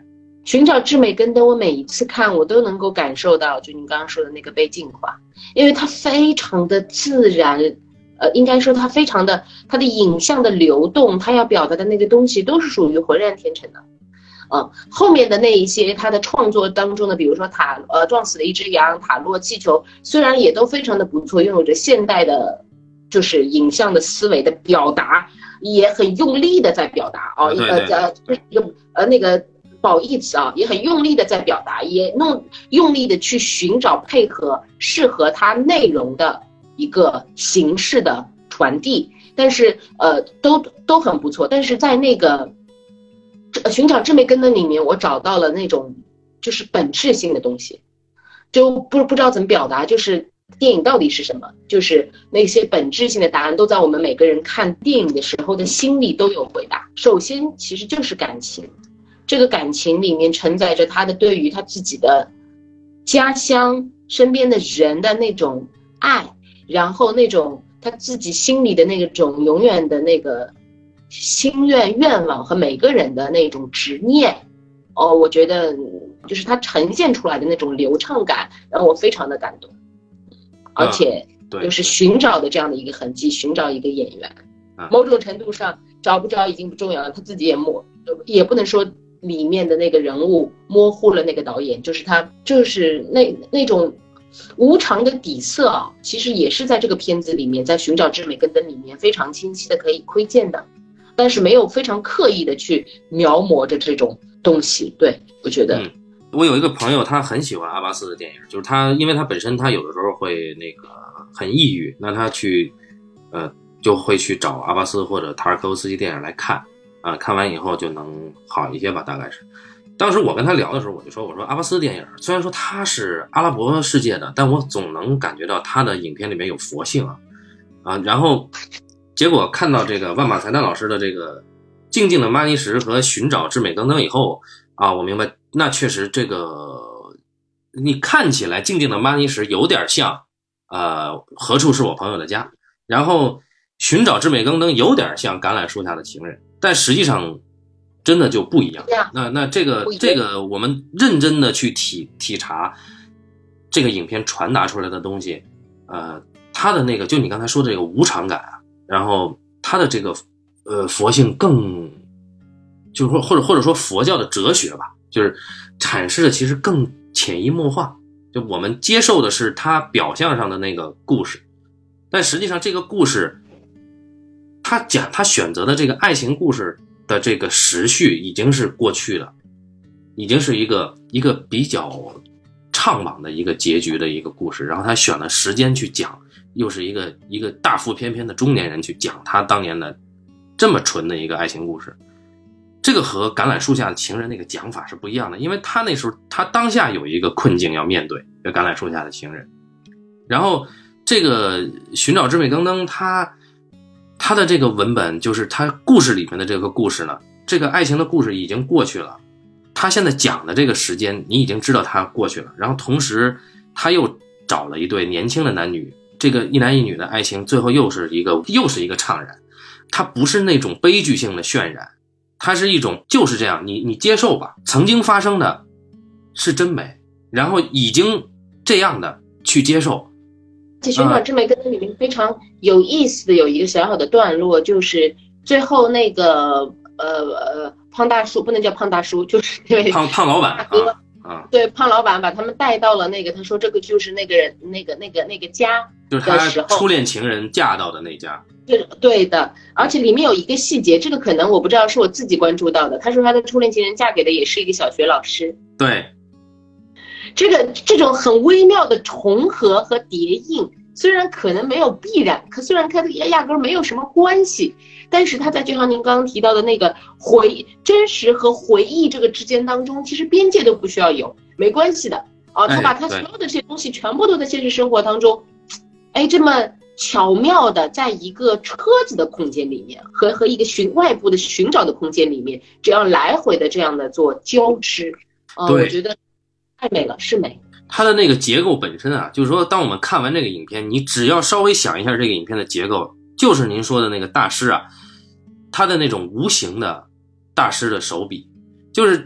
寻找至美跟灯，我每一次看我都能够感受到，就你刚刚说的那个被净化，因为它非常的自然，呃，应该说它非常的，它的影像的流动，它要表达的那个东西都是属于浑然天成的。呃，后面的那一些他的创作当中的，比如说塔呃撞死了一只羊、塔洛气球，虽然也都非常的不错，拥有着现代的，就是影像的思维的表达，也很用力的在表达啊， 对呃呃一个呃那个褒义词啊，也很用力的在表达，也弄用力的去寻找配合适合它内容的一个形式的传递，但是呃都都很不错，但是在那个。寻找至美跟灯里面，我找到了那种就是本质性的东西，就不不知道怎么表达，就是电影到底是什么，就是那些本质性的答案都在我们每个人看电影的时候的心里都有回答。首先其实就是感情，这个感情里面承载着他的对于他自己的家乡身边的人的那种爱，然后那种他自己心里的那种永远的那个心愿愿望和每个人的那种执念，哦，我觉得就是它呈现出来的那种流畅感让我非常的感动，而且就是寻找的这样的一个痕迹，寻找一个演员，某种程度上找不着已经不重要了，他自己也模也不能说里面的那个人物模糊了那个导演，就是他就是那那种无常的底色啊，其实也是在这个片子里面，在寻找至美跟灯里面非常清晰的可以窥见的。但是没有非常刻意的去描摹着这种东西，对，我觉得、 嗯、我有一个朋友他很喜欢阿巴斯的电影，就是他因为他本身他有的时候会那个很抑郁，那他去呃就会去找阿巴斯或者塔尔科夫斯基电影来看啊、呃，看完以后就能好一些吧，大概是。当时我跟他聊的时候，我就说我说阿巴斯电影虽然说他是阿拉伯世界的，但我总能感觉到他的影片里面有佛性啊啊，然后结果看到这个万马才旦老师的这个静静的玛尼石和寻找至美跟灯以后啊，我明白那确实这个你看起来静静的玛尼石有点像呃何处是我朋友的家，然后寻找至美跟灯有点像橄榄树下的情人，但实际上真的就不一样。那那这个这个我们认真的去体体察这个影片传达出来的东西，呃，它的那个就你刚才说的这个无常感啊，然后它的这个呃佛性更，就是说或者或者说佛教的哲学吧，就是阐释的其实更潜移默化。就我们接受的是它表象上的那个故事，但实际上这个故事，他讲他选择的这个爱情故事的这个时序已经是过去了，已经是一个一个比较畅朗的一个结局的一个故事，然后他选了时间去讲，又是一个一个大腹翩翩的中年人去讲他当年的这么纯的一个爱情故事。这个和橄榄树下的情人那个讲法是不一样的，因为他那时候他当下有一个困境要面对，橄榄树下的情人。然后这个寻找至美跟灯，他他的这个文本就是他故事里面的这个故事呢，这个爱情的故事已经过去了，他现在讲的这个时间你已经知道他过去了，然后同时他又找了一对年轻的男女，这个一男一女的爱情最后又是一个又是一个怅然，它不是那种悲剧性的渲染，它是一种就是这样，你你接受吧，曾经发生的是真美，然后已经这样的去接受。 这寻找至美跟灯里面非常有意思的有一个小小的段落，就是最后那个呃呃胖大叔，不能叫胖大叔，就是那位胖胖老板大哥， 啊， 对，胖老板把他们带到了那个，他说这个就是那个人那个那个那个家， 就是他初恋情人嫁到的那家。 对对的，而且里面有一个细节，这个可能我不知道是我自己关注到的。他说他的初恋情人嫁给的也是一个小学老师。 对， 这个这种很微妙的重合和叠印，虽然可能没有必然，可虽然它压根没有什么关系，但是他在就像您刚刚提到的那个回真实和回忆这个之间当中，其实边界都不需要有，没关系的啊。他把他所有的这些东西全部都在现实生活当中，哎，这么巧妙的在一个车子的空间里面和和一个寻外部的寻找的空间里面，这样来回的这样的做交织，呃，我觉得太美了，是美。 它的那个结构本身啊，就是说当我们看完这个影片，你只要稍微想一下这个影片的结构，就是您说的那个大师啊，他的那种无形的大师的手笔，就是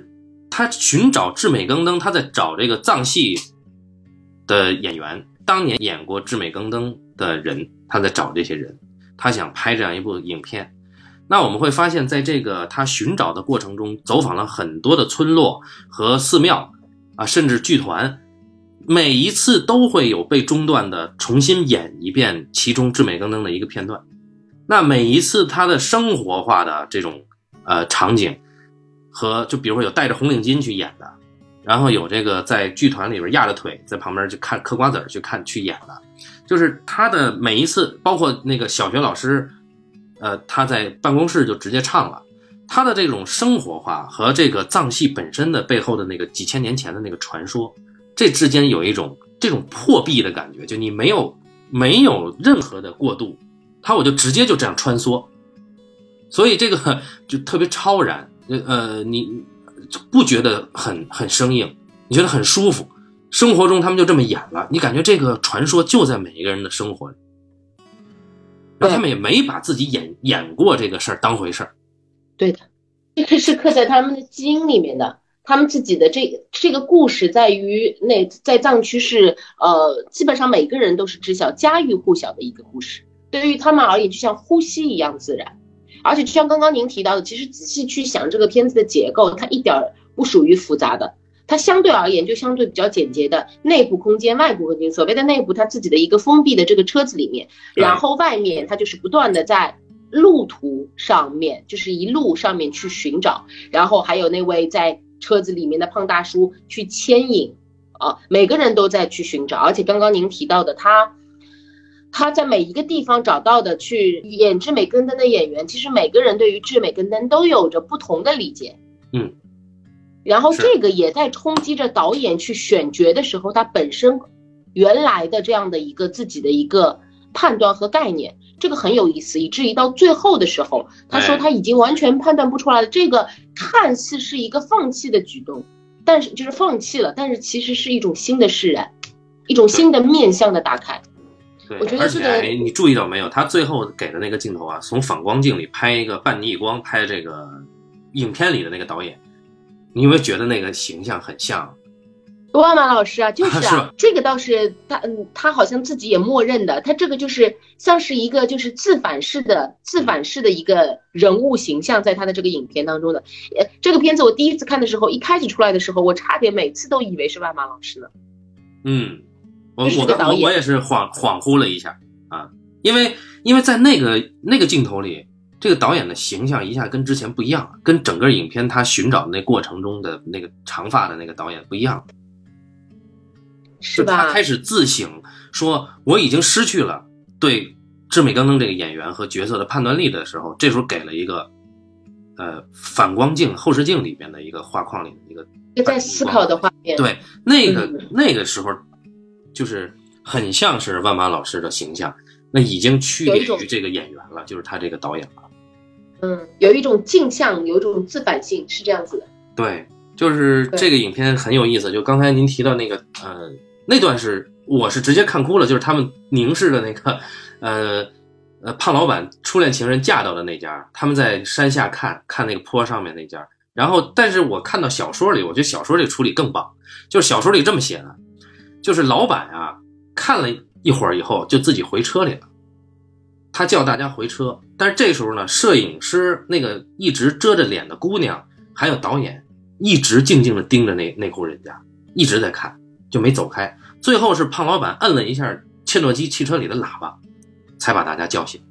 他寻找志美更登，他在找这个藏戏的演员，当年演过志美更登的人，他在找这些人，他想拍这样一部影片。那我们会发现在这个他寻找的过程中，走访了很多的村落和寺庙啊，甚至剧团，每一次都会有被中断的重新演一遍其中志美更登的一个片段。那每一次他的生活化的这种呃场景和就比如说有戴着红领巾去演的，然后有这个在剧团里边压着腿在旁边去看嗑瓜子去看去演的，就是他的每一次，包括那个小学老师呃他在办公室就直接唱了，他的这种生活化和这个藏戏本身的背后的那个几千年前的那个传说，这之间有一种这种破壁的感觉，就你没有没有任何的过渡，他我就直接就这样穿梭，所以这个就特别超然，呃，你不觉得很很生硬，你觉得很舒服。生活中他们就这么演了，你感觉这个传说就在每一个人的生活里，然后他们也没把自己演演过这个事儿当回事儿。 对的，这个是刻在他们的基因里面的。他们自己的这这个故事在于那在藏区是呃，基本上每个人都是知晓家喻户晓的一个故事，对于他们而言就像呼吸一样自然。而且就像刚刚您提到的，其实仔细去想这个片子的结构，它一点不属于复杂的，它相对而言就相对比较简洁的，内部空间外部空间，所谓的内部它自己的一个封闭的这个车子里面，然后外面它就是不断的在路途上面，就是一路上面去寻找，然后还有那位在车子里面的胖大叔去牵引啊，每个人都在去寻找。而且刚刚您提到的他他在每一个地方找到的去演志美更登的演员，其实每个人对于志美更登都有着不同的理解。 嗯， 然后这个也在冲击着导演去选角的时候，他本身原来的这样的一个自己的一个判断和概念，这个很有意思，以至于到最后的时候，他说他已经完全判断不出来了，这个看似是一个放弃的举动，但是就是放弃了，但是其实是一种新的释然，一种新的面向的打开。 对， 我觉得这个， 而且你注意到没有，他最后给的那个镜头啊，从反光镜里拍一个半逆光，拍这个影片里的那个导演，你有没有觉得那个形象很像万马老师啊？就是啊， 是这个倒是他，嗯，他好像自己也默认的，他这个就是像是一个就是自反式的自反式的一个人物形象，在他的这个影片当中的。呃，这个片子我第一次看的时候，一开始出来的时候，我差点每次都以为是万马老师呢。 嗯，我就是个导演我我也是恍恍惚了一下啊，因为因为在那个那个镜头里，这个导演的形象一下跟之前不一样了，跟整个影片他寻找的那过程中的那个长发的那个导演不一样了。 是吧？ 他开始自省，说我已经失去了对志美更登这个演员和角色的判断力的时候，这时候给了一个呃反光镜后视镜里边的一个画框里的一个一个在思考的画面。 对，那个、 嗯、 那个时候就是很像是万马老师的形象，那已经区别于这个演员了，就是他这个导演了。 嗯，有一种镜像，有一种自反性，是这样子的。 对，就是这个影片很有意思，就刚才您提到那个呃。那段是我是直接看哭了，就是他们凝视的那个，呃，呃，胖老板初恋情人嫁到的那家，他们在山下看看那个坡上面那家。然后，但是我看到小说里，我觉得小说里处理更棒，就是小说里这么写的，就是老板啊看了一会儿以后就自己回车里了，他叫大家回车，但是这时候呢，摄影师那个一直遮着脸的姑娘，还有导演一直静静地盯着那那户人家，一直在看。就没走开，最后是胖老板摁了一下切诺基汽车里的喇叭，才把大家叫醒。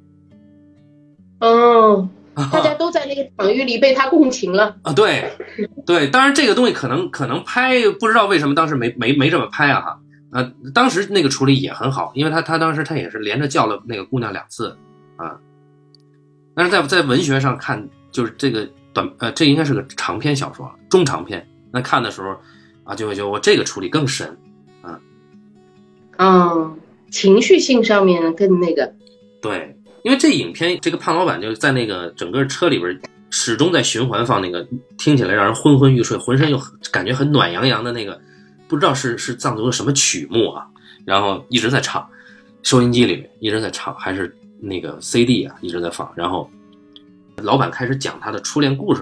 哦，大家都在那个场域里被他共情了啊！对，对，当然这个东西可能可能拍，不知道为什么当时没没没这么拍啊哈。呃，当时那个处理也很好，因为他他当时他也是连着叫了那个姑娘两次啊。但是在在文学上看，就是这个短呃，这应该是个长篇小说，中长篇。那看的时候。啊，就会觉得我这个处理更深，啊， 嗯，情绪性上面更那个， 对，因为这影片这个胖老板就在那个整个车里边始终在循环放那个听起来让人昏昏欲睡，浑身又感觉很暖洋洋的那个，不知道是是藏族的什么曲目啊，然后一直在唱，收音机里面一直在唱，还是那个 C D 啊一直在放，然后老板开始讲他的初恋故事的时候，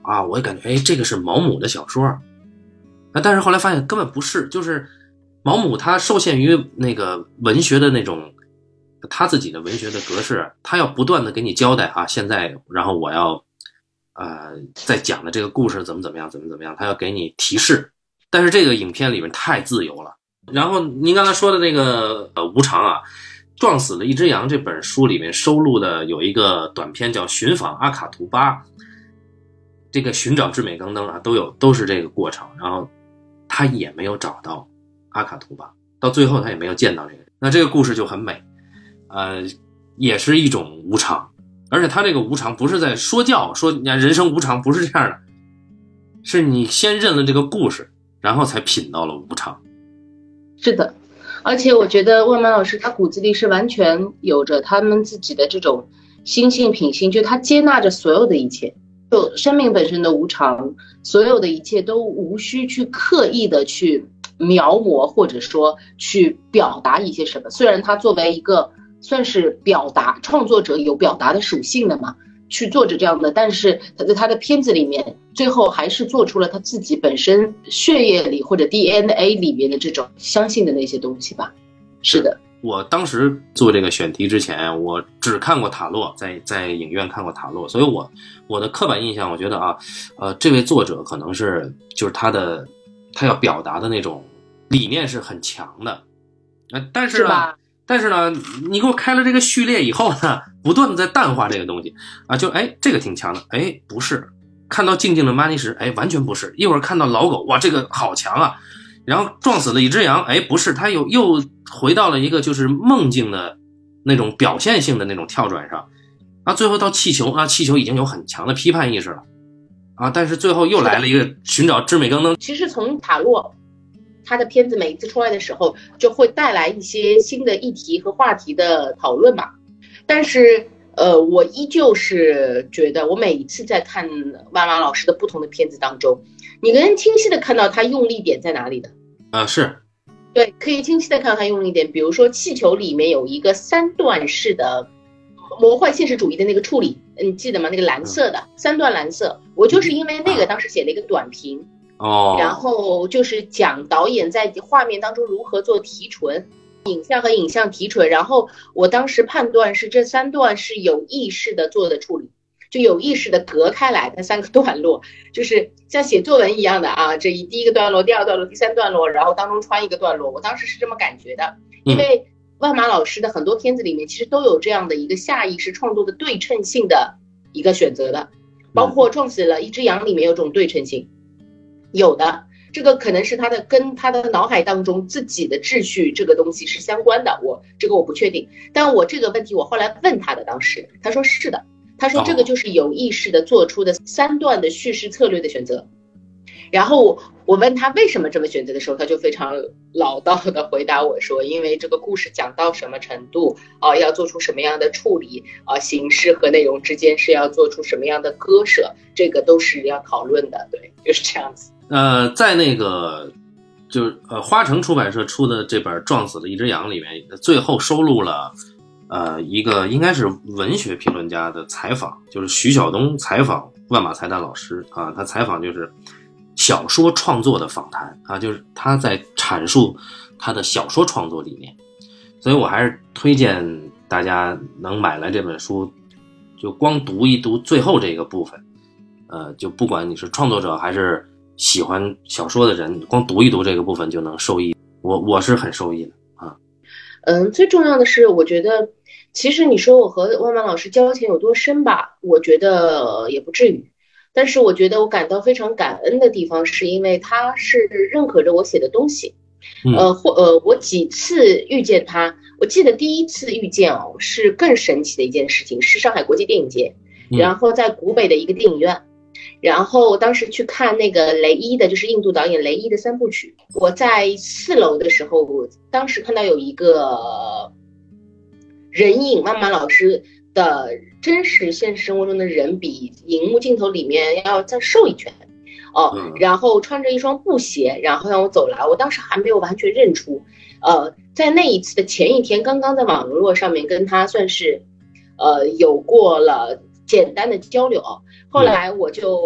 啊，我也感觉哎，这个是毛姆的小说啊，但是后来发现根本不是，就是毛姆他受限于那个文学的那种他自己的文学的格式，他要不断的给你交代啊，现在然后我要呃在讲的这个故事怎么怎么样怎么怎么样，他要给你提示，但是这个影片里面太自由了。然后您刚才说的那个呃无常啊，撞死了一只羊这本书里面收录的有一个短片叫寻访阿卡图巴，这个寻找至美更登啊，都有都是这个过程，然后他也没有找到阿卡图巴，到最后他也没有见到这个，那这个故事就很美，呃，也是一种无常，而且他这个无常不是在说教，说人生无常，不是这样的，是你先认了这个故事，然后才品到了无常。 是的，而且我觉得万满老师他骨子里是完全有着他们自己的这种心性品性，就他接纳着所有的一切，就生命本身的无常，所有的一切都无需去刻意的去描摹或者说去表达一些什么。虽然他作为一个算是表达创作者，有表达的属性的嘛，去做着这样的，但是他在他的片子里面最后还是做出了他自己本身血液里或者 D N A 里面的这种相信的那些东西吧。是的， 我当时做这个选题之前，我只看过塔洛，在在影院看过塔洛，所以我我的刻板印象，我觉得啊，呃，这位作者可能是就是他的他要表达的那种理念是很强的，呃，但是呢，是但是呢，你给我开了这个序列以后呢，不断的在淡化这个东西啊，就哎这个挺强的，哎不是，看到静静的玛尼石，哎完全不是，一会儿看到老狗，哇这个好强啊。然后撞死了一只羊，哎，不是，他又又回到了一个就是梦境的那种表现性的那种跳转上，啊，最后到气球啊，气球已经有很强的批判意识了，啊，但是最后又来了一个寻找至美更登。 其实从塔洛他的片子每一次出来的时候，就会带来一些新的议题和话题的讨论嘛，但是呃，我依旧是觉得，我每一次在看万满老师的不同的片子当中，你能清晰的看到他用力点在哪里的啊？是， 对，可以清晰的看到他用力点。比如说气球里面有一个三段式的魔幻现实主义的那个处理，你记得吗？那个蓝色的、嗯、三段蓝色，我就是因为那个当时写了一个短评哦， 然后就是讲导演在画面当中如何做提纯。影像和影像提纯，然后我当时判断是这三段是有意识的做的处理，就有意识的隔开来的三个段落，就是像写作文一样的啊，这一第一个段落、第二个段落、第三段落，然后当中穿一个段落，我当时是这么感觉的。因为万满老师的很多片子里面其实都有这样的一个下意识创作的对称性的一个选择的，包括撞死了一只羊里面有这种对称性，有的。这个可能是他的跟他的脑海当中自己的秩序这个东西是相关的，我这个我不确定，但我这个问题我后来问他的，当时他说是的，他说这个就是有意识的做出的三段的叙事策略的选择。然后我我问他为什么这么选择的时候，他就非常老道的回答我说，因为这个故事讲到什么程度啊、呃，要做出什么样的处理啊、呃，形式和内容之间是要做出什么样的割舍，这个都是要讨论的，对，就是这样子。 呃，在那个就是呃花城出版社出的这本《撞死了一只羊》里面，最后收录了呃一个应该是文学评论家的采访，就是徐晓东采访万马才旦老师啊，他采访就是小说创作的访谈啊，就是他在阐述他的小说创作理念，所以我还是推荐大家能买来这本书，就光读一读最后这个部分，呃，就不管你是创作者还是喜欢小说的人，光读一读这个部分就能受益。我我是很受益的啊。 嗯，最重要的是，我觉得其实你说我和万满老师交情有多深吧，我觉得也不至于。但是我觉得我感到非常感恩的地方，是因为他是认可着我写的东西。 嗯、 呃，或呃，我几次遇见他，我记得第一次遇见哦，是更神奇的一件事情，是上海国际电影节，然后在古北的一个电影院。嗯然后当时去看那个雷伊的，就是印度导演雷伊的三部曲。我在四楼的时候，当时看到有一个人影，万满老师的真实现实生活中的人比荧幕镜头里面要再瘦一圈哦，然后穿着一双布鞋，然后让我走来，我当时还没有完全认出。呃，在那一次的前一天，刚刚在网络上面跟他算是呃有过了简单的交流，后来我就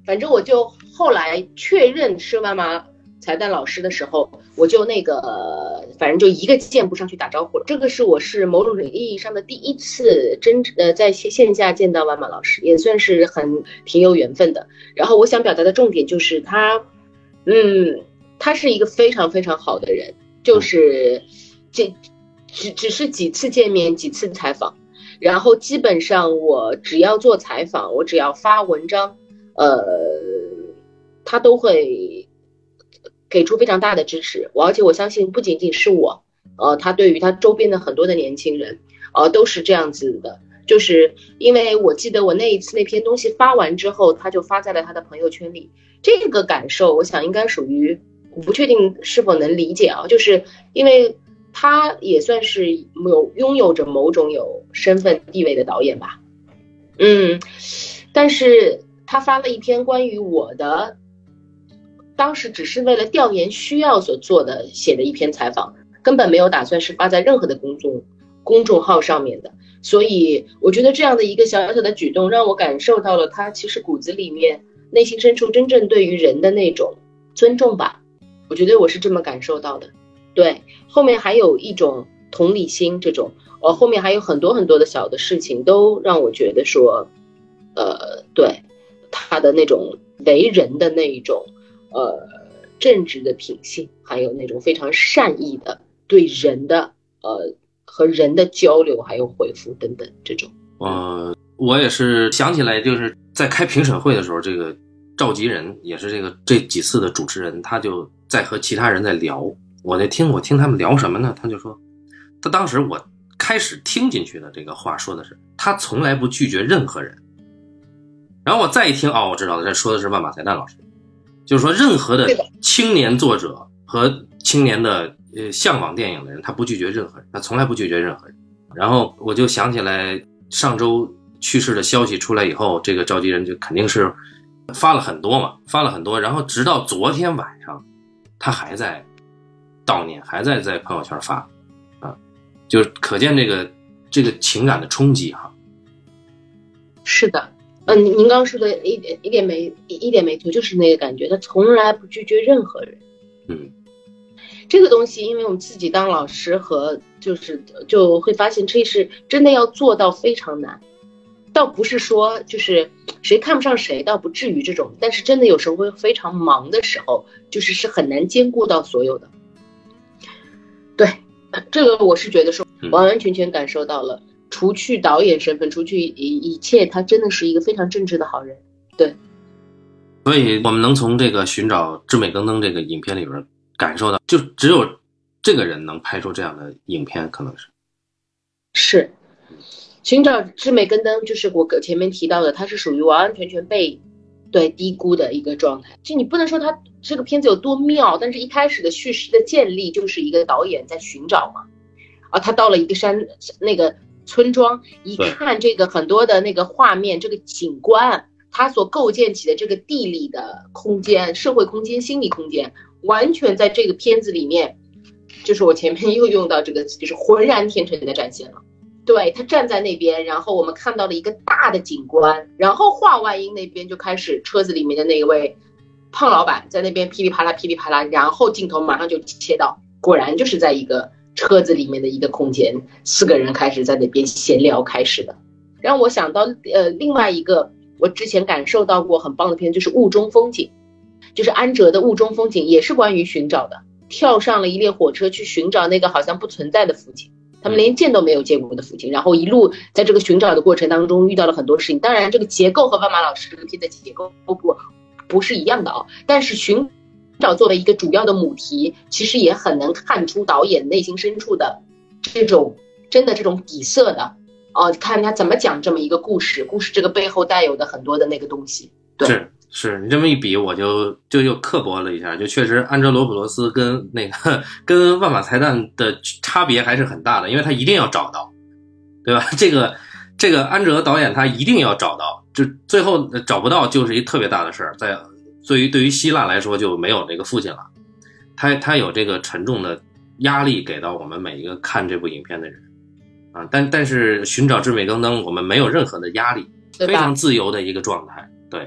反正我就后来确认是万马才旦老师的时候，我就那个反正就一个箭步上去打招呼了。这个是我是某种意义上的第一次真呃在线下见到万马老师，也算是很挺有缘分的。然后我想表达的重点就是他，嗯，他是一个非常非常好的人，就是这只只是几次见面几次采访，然后基本上我只要做采访，我只要发文章，呃，他都会给出非常大的支持。我而且我相信不仅仅是我，呃，他对于他周边的很多的年轻人，呃，都是这样子的。就是因为我记得我那一次那篇东西发完之后，他就发在了他的朋友圈里。这个感受，我想应该属于，我不确定是否能理解啊，就是因为他也算是有拥有着某种有身份地位的导演吧，嗯，但是他发了一篇关于我的，当时只是为了调研需要所做的写的一篇采访，根本没有打算是发在任何的公众公众号上面的。所以我觉得这样的一个小小的举动，让我感受到了他其实骨子里面内心深处真正对于人的那种尊重吧。我觉得我是这么感受到的。对，后面还有一种同理心，这种呃，后面还有很多很多的小的事情，都让我觉得说，呃，对他的那种为人的那一种呃正直的品性，还有那种非常善意的对人的呃和人的交流，还有回复等等这种。 呃，我也是想起来，就是在开评审会的时候，这个召集人也是这个这几次的主持人，他就在和其他人在聊。我在听，我听他们聊什么呢？他就说，他当时我开始听进去的这个话说的是，他从来不拒绝任何人。然后我再一听，哦，我知道了，这说的是万马才旦老师，就是说任何的青年作者和青年的呃向往电影的人，他不拒绝任何人，他从来不拒绝任何人。然后我就想起来，上周去世的消息出来以后，这个召集人就肯定是发了很多嘛，发了很多，然后直到昨天晚上，他还在悼念，还在在朋友圈发，啊，就可见这个这个情感的冲击哈。 是的，嗯，您刚刚说的一点一点没一点没错，就是那个感觉，他从来不拒绝任何人。 嗯， 这个东西，因为我们自己当老师和就是就会发现，这是真的要做到非常难。倒不是说就是谁看不上谁，倒不至于这种，但是真的有时候会非常忙的时候，就是是很难兼顾到所有的。对，这个我是觉得说完完全全感受到了，除去导演身份，除去一切，他真的是一个非常正直的好人。对， 所以我们能从这个寻找至美更登这个影片里边感受到，就只有这个人能拍出这样的影片，可能是是寻找至美更登，就是我前面提到的，它是属于完完全全被对低估的一个状态。就你不能说它这个片子有多妙，但是一开始的叙事的建立就是一个导演在寻找嘛，啊，他到了一个山那个村庄，一看这个很多的那个画面，这个景观，他所构建起的这个地理的空间、社会空间、心理空间，完全在这个片子里面，就是我前面又用到这个词，就是浑然天成的展现了。对，他站在那边，然后我们看到了一个大的景观，然后画外音那边就开始车子里面的那位胖老板在那边噼里啪啦噼里啪啦，然后镜头马上就切到，果然就是在一个车子里面的一个空间，四个人开始在那边闲聊开始的。让我想到呃另外一个我之前感受到过很棒的片，就是雾中风景，就是安哲的雾中风景，也是关于寻找的，跳上了一列火车去寻找那个好像不存在的父亲，他们连见都没有见过的父亲，然后一路在这个寻找的过程当中遇到了很多事情。当然这个结构和万马老师这个片的结构不不是一样的啊，但是寻找作为一个主要的母题，其实也很能看出导演内心深处的这种真的这种底色的哦，看他怎么讲这么一个故事，故事这个背后带有的很多的那个东西。对， 是是，你这么一比，我就就又刻薄了一下，就确实安哲罗普罗斯跟那个跟万马才旦的差别还是很大的，因为他一定要找到，对吧？这个这个安哲导演他一定要找到，就最后找不到就是一特别大的事儿。在对于对于希腊来说就没有这个父亲了，他他有这个沉重的压力给到我们每一个看这部影片的人啊，但但是寻找至美更登我们没有任何的压力，非常自由的一个状态。对，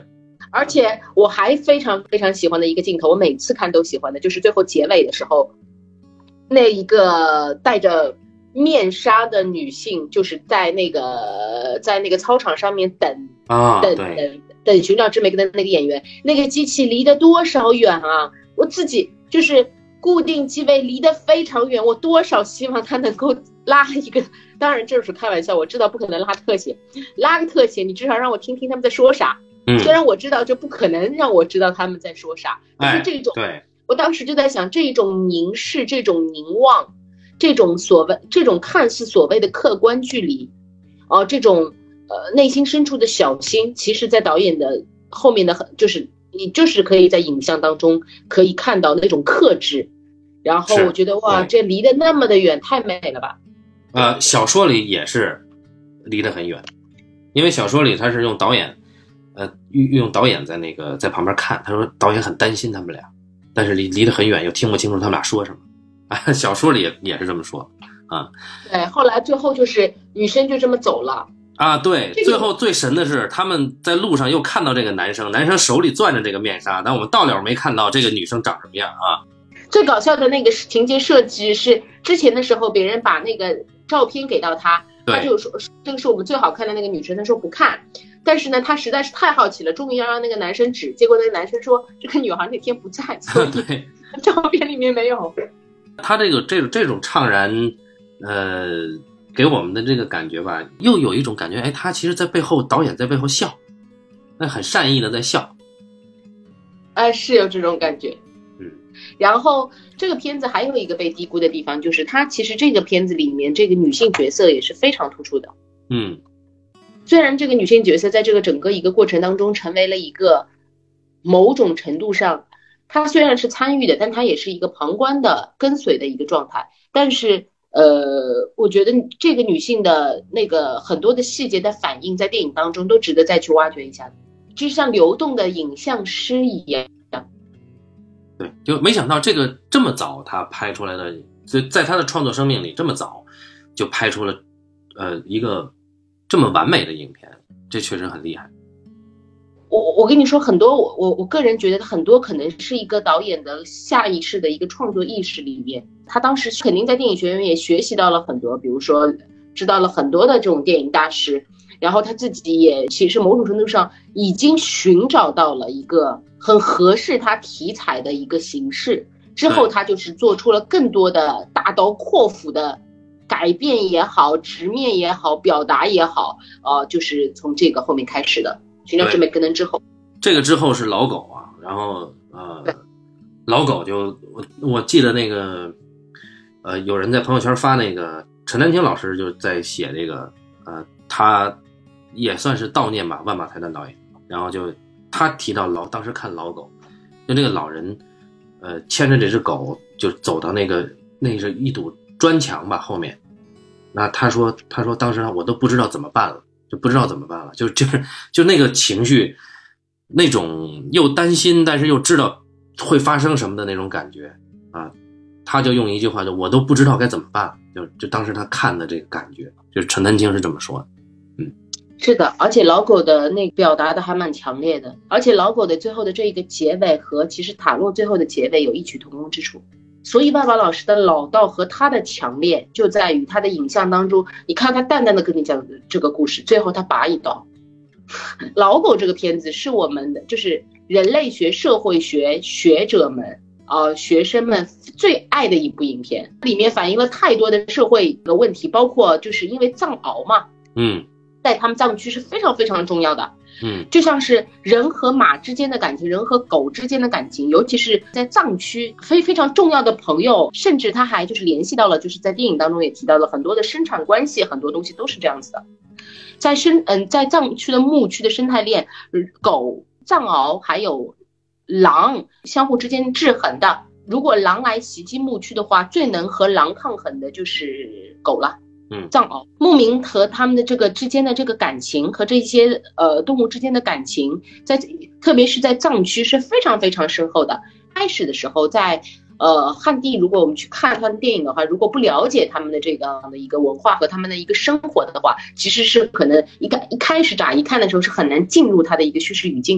而且我还非常非常喜欢的一个镜头，我每次看都喜欢的，就是最后结尾的时候，那一个戴着面纱的女性，就是在那个在那个操场上面等啊， 等等等寻找智美的那个演员，那个机器离得多少远啊！我自己就是固定机位离得非常远，我多少希望他能够拉一个，当然这是开玩笑，我知道不可能拉特写，拉个特写，你至少让我听听他们在说啥。嗯，虽然我知道这不可能让我知道他们在说啥，但是这种， 哎、对， 我当时就在想，这种凝视，这种凝望，这种所谓，这种看似所谓的客观距离，哦、呃，这种呃内心深处的小心，其实在导演的后面的很，就是你就是可以在影像当中可以看到那种克制，然后我觉得哇，这离得那么的远，太美了吧？ 呃，小说里也是离得很远，因为小说里他是用导演。呃，用导演在那个在旁边看，他说导演很担心他们俩，但是离离得很远，又听不清楚他们俩说什么。啊，小说里也也是这么说啊。 对，后来最后就是女生就这么走了啊。对，最后最神的是他们在路上又看到这个男生，男生手里攥着这个面纱，但我们到了没看到这个女生长什么样啊。 最搞笑的那个情节设计是之前的时候，别人把那个照片给到他，他就说这个是我们最好看的那个女生，他说不看。但是呢，他实在是太好奇了，终于要让那个男生指，结果那个男生说这个女孩那天不在，所以照片里面没有。 他这个这种这种怅然，呃，给我们的这个感觉吧，又有一种感觉，哎，他其实在背后，导演在背后笑，那很善意的在笑， 哎，是有这种感觉。 嗯， 然后这个片子还有一个被低估的地方，就是它其实这个片子里面这个女性角色也是非常突出的。 嗯。 虽然这个女性角色在这个整个一个过程当中成为了一个某种程度上，她虽然是参与的，但她也是一个旁观的跟随的一个状态。但是呃，我觉得这个女性的那个很多的细节的反应在电影当中都值得再去挖掘一下，就像流动的影像师一样。 对，就没想到这个这么早她拍出来的，在她的创作生命里这么早就拍出了呃一个这么完美的影片，这确实很厉害。 我我跟你说，很多我我我个人觉得很多可能是一个导演的下意识的一个创作意识里面，他当时肯定在电影学院也学习到了很多，比如说知道了很多的这种电影大师，然后他自己也其实某种程度上已经寻找到了一个很合适他题材的一个形式，之后他就是做出了更多的大刀阔斧的改变也好，直面也好，表达也好，呃，就是从这个后面开始的。寻找智美跟能之后， 这个之后是老狗啊，然后呃，老狗就我我记得那个呃，有人在朋友圈发那个陈丹青老师就在写这个呃，他也算是悼念吧万马才旦导演，然后就他提到老当时看老狗，就那个老人呃牵着这只狗就走到那个那是一堵砖墙吧后面，那他说他说当时我都不知道怎么办了。就不知道怎么办了，就就是就那个情绪，那种又担心但是又知道会发生什么的那种感觉啊，他就用一句话就我都不知道该怎么办，就就当时他看的这个感觉，就是陈丹青是这么说的，嗯， 是的，而且老狗的那表达的还蛮强烈的，而且老狗的最后的这一个结尾和其实塔洛最后的结尾有异曲同工之处。所以爸爸老师的老道和他的强烈就在于他的影像当中，你看他淡淡的跟你讲这个故事，最后他拔一刀。老狗这个片子是我们的就是人类学社会学学者们呃学生们最爱的一部影片，里面反映了太多的社会的问题，包括就是因为藏獒嘛， 嗯， 在他们藏区是非常非常重要的。 嗯， 就像是人和马之间的感情，人和狗之间的感情，尤其是在藏区非非常重要的朋友，甚至他还就是联系到了，就是在电影当中也提到了很多的生产关系，很多东西都是这样子的。在生嗯，在藏区的牧区的生态链，狗、藏獒还有狼相互之间制衡的。如果狼来袭击牧区的话，最能和狼抗衡的就是狗了。 嗯， 藏獒牧民和他们的这个之间的这个感情和这些呃动物之间的感情，在特别是在藏区是非常非常深厚的。开始的时候在呃汉地，如果我们去看他的电影的话，如果不了解他们的这个的一个文化和他们的一个生活的话，其实是可能一开一开始乍一看的时候是很难进入他的一个叙事语境的。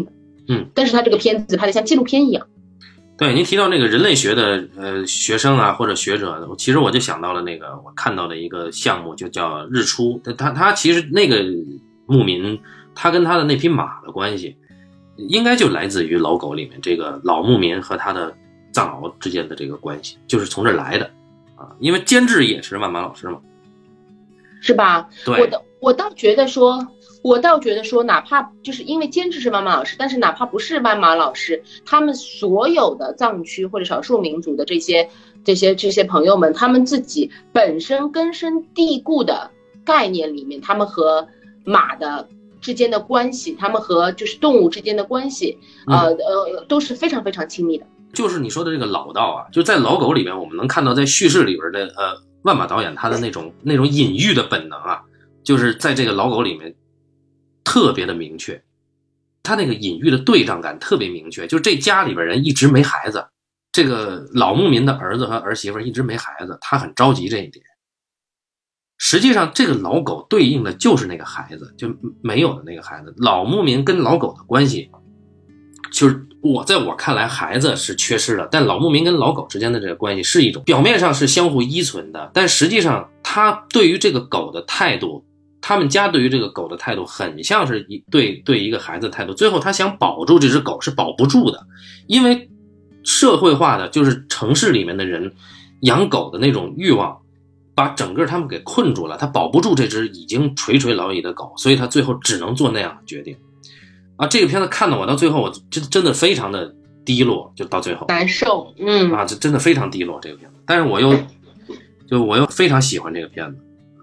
嗯， 但是他这个片子拍的像纪录片一样。 对，您提到那个人类学的呃学生啊或者学者，其实我就想到了那个我看到的一个项目，就叫日出。他他其实那个牧民，他跟他的那匹马的关系，应该就来自于老狗里面这个老牧民和他的藏獒之间的这个关系，就是从这来的啊。因为监制也是万马老师嘛， 是吧？ 对， 我倒我倒觉得说。我倒觉得说，哪怕就是因为监制是万马老师，但是哪怕不是万马老师，他们所有的藏区或者少数民族的这些这些这些朋友们，他们自己本身根深蒂固的概念里面，他们和马的之间的关系，他们和就是动物之间的关系，呃呃，都是非常非常亲密的。 就是你说的这个老道啊，就在老狗里面，我们能看到在叙事里边的呃万马导演他的那种那种隐喻的本能啊，就是在这个老狗里面。特别的明确，他那个隐喻的对仗感特别明确，就这家里边人一直没孩子，这个老牧民的儿子和儿媳妇一直没孩子，他很着急这一点。实际上这个老狗对应的就是那个孩子，就没有的那个孩子。老牧民跟老狗的关系，就是我在我看来孩子是缺失的，但老牧民跟老狗之间的这个关系是一种表面上是相互依存的，但实际上他对于这个狗的态度，他们家对于这个狗的态度很像是一对对一个孩子的态度，最后他想保住这只狗是保不住的，因为社会化的就是城市里面的人养狗的那种欲望，把整个他们给困住了，他保不住这只已经垂垂老矣的狗，所以他最后只能做那样的决定。啊，这个片子看到我到最后，我真真的非常的低落，就到最后难受，嗯啊，这真的非常低落这个片子，但是我又就我又非常喜欢这个片子。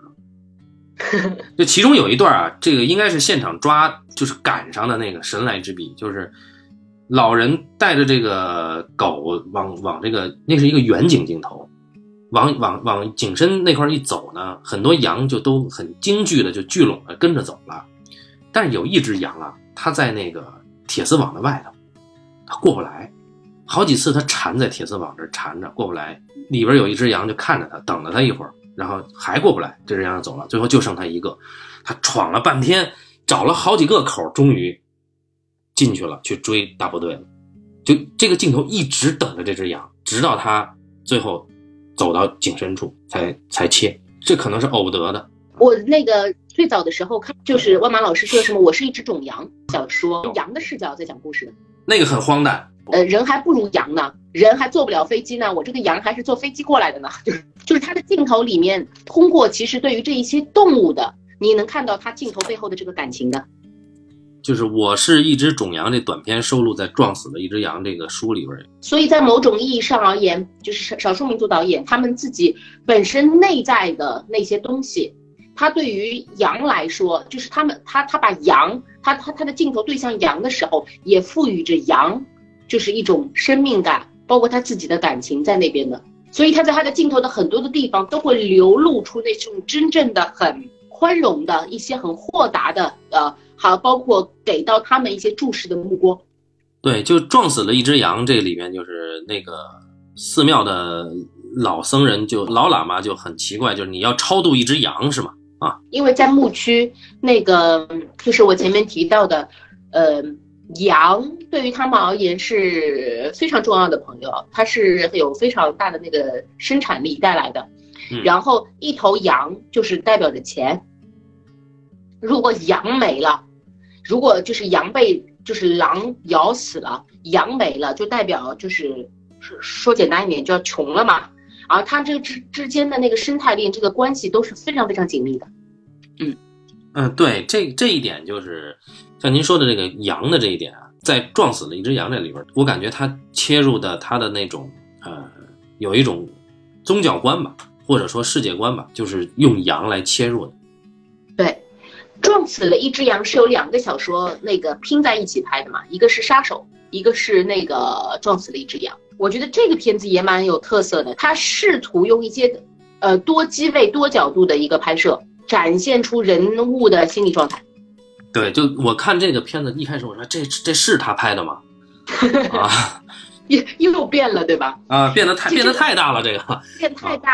就其中有一段啊，这个应该是现场抓，就是赶上的那个神来之笔，就是老人带着这个狗往往这个那是一个远景镜头，往往往景深那块一走呢，很多羊就都很惊惧的就聚拢了跟着走了，但是有一只羊啊，它在那个铁丝网的外头，它过不来，好几次它缠在铁丝网这缠着过不来，里边有一只羊就看着它，等了它一会儿。然后还过不来，这只羊就走了，最后就剩他一个，他闯了半天，找了好几个口，终于进去了，去追大部队了。就这个镜头一直等着这只羊，直到他最后走到井深处才才切，这可能是偶得的。 我那个最早的时候看，就是万马老师说什么“我是一只种羊”小说，羊的视角在讲故事的， 那个很荒诞。 呃，人还不如羊呢，人还坐不了飞机呢，我这个羊还是坐飞机过来的呢。就是就是它的镜头里面，通过其实对于这一些动物的，你能看到它镜头背后的这个感情的。 就是我是一只种羊这短片收录在《撞死了一只羊》这个书里边。 所以在某种意义上而言，就是少数民族导演他们自己本身内在的那些东西，他对于羊来说，就是他们他他把羊，他他他的镜头对向羊的时候，也赋予着羊就是一种生命感，包括他自己的感情在那边的，所以他在他的镜头的很多的地方都会流露出那种真正的很宽容的一些很豁达的呃，还包括给到他们一些注视的目光。 对，就撞死了一只羊，这里面就是那个寺庙的老僧人就老喇嘛就很奇怪，就是你要超度一只羊是吗？啊， 因为在牧区那个就是我前面提到的，呃。羊对于他们而言是非常重要的朋友，它是有非常大的那个生产力带来的。 嗯、 然后一头羊就是代表着钱，如果羊没了，如果就是羊被就是狼咬死了，羊没了，就代表就是说简单一点，就要穷了嘛。而它这个之之间的那个生态链，这个关系都是非常非常紧密的。嗯嗯，对，这这一点就是像您说的这个羊的这一点啊，在撞死了一只羊这里边，我感觉它切入的它的那种呃，有一种宗教观吧，或者说世界观吧，就是用羊来切入的。 对，撞死了一只羊是有两个小说那个拼在一起拍的嘛，一个是杀手，一个是那个撞死了一只羊。我觉得这个片子也蛮有特色的，它试图用一些呃多机位、多角度的一个拍摄。展现出人物的心理状态。 对，就我看这个片子一开始我说这这是他拍的吗？啊， 又又变了，对吧？ 啊，变得太变得太大了，这个变太大了。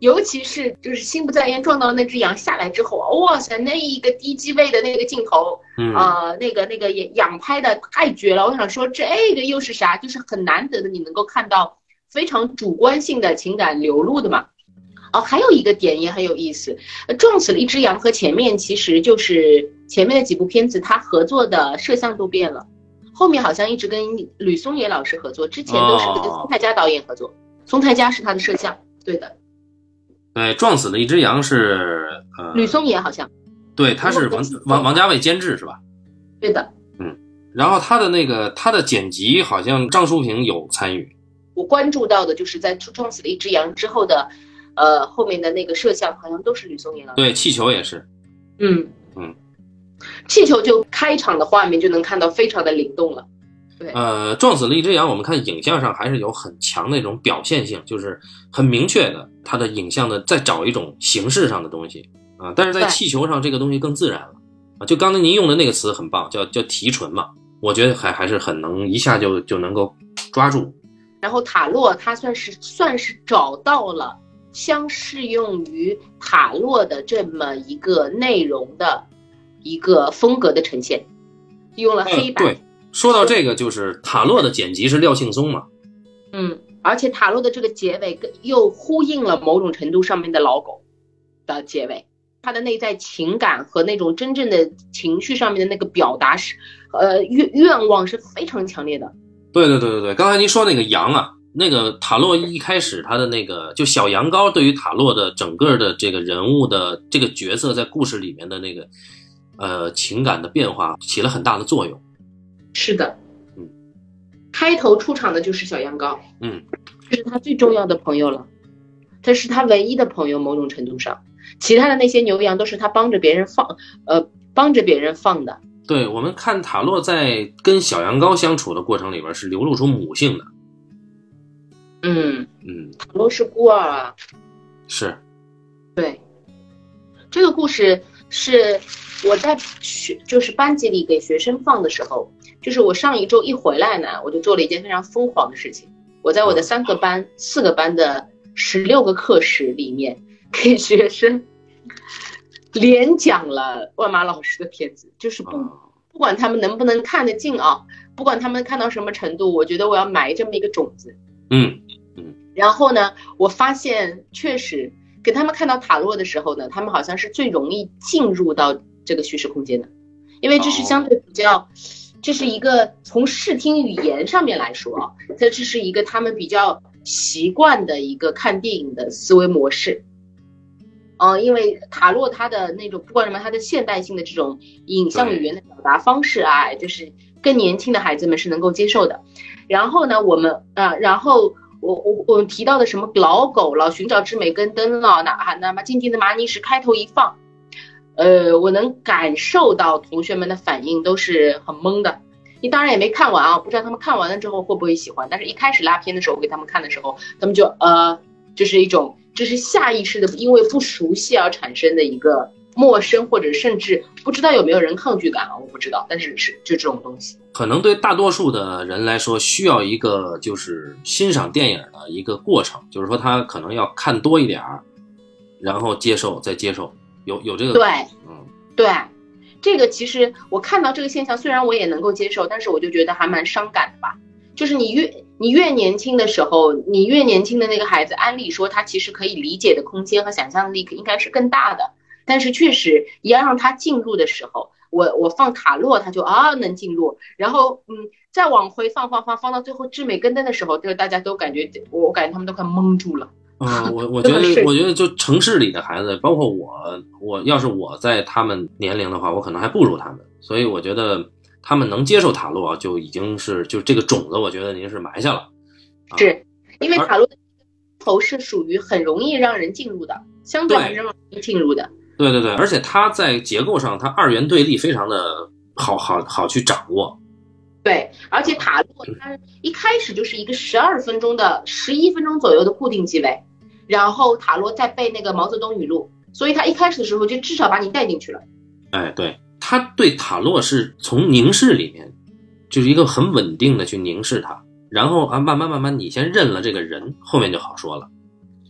尤其是就是心不在焉撞到那只羊下来之后，哇塞，那一个低机位的那个镜头， 嗯啊、呃，那个那个仰拍的太绝了。我想说这个又是啥？就是很难得的，你能够看到非常主观性的情感流露的嘛。哦，还有一个点也很有意思，撞死了一只羊和前面其实就是前面的几部片子，他合作的摄像都变了，后面好像一直跟吕松野老师合作，之前都是跟松太家导演合作，松太家是他的摄像，对的。 对，撞死了一只羊是呃吕松野好像， 对，他是王王王家卫监制是吧？ 对的， 嗯，然后他的那个他的剪辑好像张淑平有参与。 我关注到的就是在撞死了一只羊之后的，呃，后面的那个摄像好像都是吕松野老师。 对，气球也是。 嗯嗯， 气球就开场的画面就能看到非常的灵动了。对， 呃，撞死了一只羊，我们看影像上还是有很强的一种表现性，就是很明确的，它的影像的在找一种形式上的东西啊、呃，但是在气球上这个东西更自然了啊。就刚才您用的那个词很棒，叫叫提纯嘛，我觉得还还是很能一下就就能够抓住。 然后塔洛他算是算是找到了相适用于塔洛的这么一个内容的一个风格的呈现，用了黑白。 呃、对。说到这个，就是塔洛的剪辑是廖庆松嘛， 嗯，而且塔洛的这个结尾又呼应了某种程度上面的老狗的结尾，他的内在情感和那种真正的情绪上面的那个表达是，呃，愿愿望是非常强烈的。 对对对对对，刚才您说那个羊啊，那个塔洛一开始他的那个就小羊羔对于塔洛的整个的这个人物的这个角色在故事里面的那个呃情感的变化起了很大的作用。 是的， 嗯， 开头出场的就是小羊羔， 嗯， 这是他最重要的朋友了，这是他唯一的朋友，某种程度上，其他的那些牛羊都是他帮着别人放，呃，帮着别人放的。 对，我们看塔洛在跟小羊羔相处的过程里边是流露出母性的。 嗯嗯， 塔洛是孤儿啊， 是， 对，这个故事是。我在学就是班级里给学生放的时候，就是我上一周一回来呢，我就做了一件非常疯狂的事情。我在我的三个班、四个班的十六个课时里面，给学生连讲了万马老师的片子，就是不不管他们能不能看得进啊，不管他们看到什么程度，我觉得我要埋这么一个种子。 嗯嗯。 然后呢，我发现确实给他们看到塔洛的时候呢，他们好像是最容易进入到这个叙事空间的，因为这是相对比较，这是一个从视听语言上面来说啊，这这是一个他们比较习惯的一个看电影的思维模式。呃，因为塔洛他的那种不管什么，他的现代性的这种影像语言的表达方式啊，就是更年轻的孩子们是能够接受的。然后呢，我们啊、呃，然后我我我提到的什么老狗老寻找至美根灯了，那那么静静的玛尼石开头一放。呃，我能感受到同学们的反应都是很懵的。你当然也没看完啊，不知道他们看完了之后会不会喜欢。但是一开始拉片的时候，我给他们看的时候，他们就呃，就是一种，就是下意识的，因为不熟悉而产生的一个陌生，或者甚至不知道有没有人抗拒感啊，我不知道。但是是就这种东西， 可能对大多数的人来说，需要一个就是欣赏电影的一个过程，就是说他可能要看多一点儿，然后接受，再接受。有有这个对， 嗯， 对，这个其实我看到这个现象，虽然我也能够接受，但是我就觉得还蛮伤感的吧。就是你越你越年轻的时候，你越年轻的那个孩子，按理说他其实可以理解的空间和想象力应该是更大的，但是确实也要让他进入的时候，我我放塔洛他就啊能进入，然后嗯再往回放放放放到最后至美根灯的时候，就是大家都感觉我我感觉他们都快蒙住了。 嗯，我我觉得，我觉得就城市里的孩子，包括我，我要是我在他们年龄的话，我可能还不如他们，所以我觉得他们能接受塔洛，就已经是就这个种子，我觉得您是埋下了。啊、 是因为塔洛的头是属于很容易让人进入的，相对还是让人进入的。 对对对，而且它在结构上，它二元对立非常的好好好去掌握。 对，而且塔洛它一开始就是一个十二分钟的十一分钟左右的固定机位。然后塔洛再背那个毛泽东语录，所以他一开始的时候就至少把你带进去了。 哎，对，他对塔洛是从凝视里面，就是一个很稳定的去凝视他，然后啊，慢慢慢慢，你先认了这个人，后面就好说了。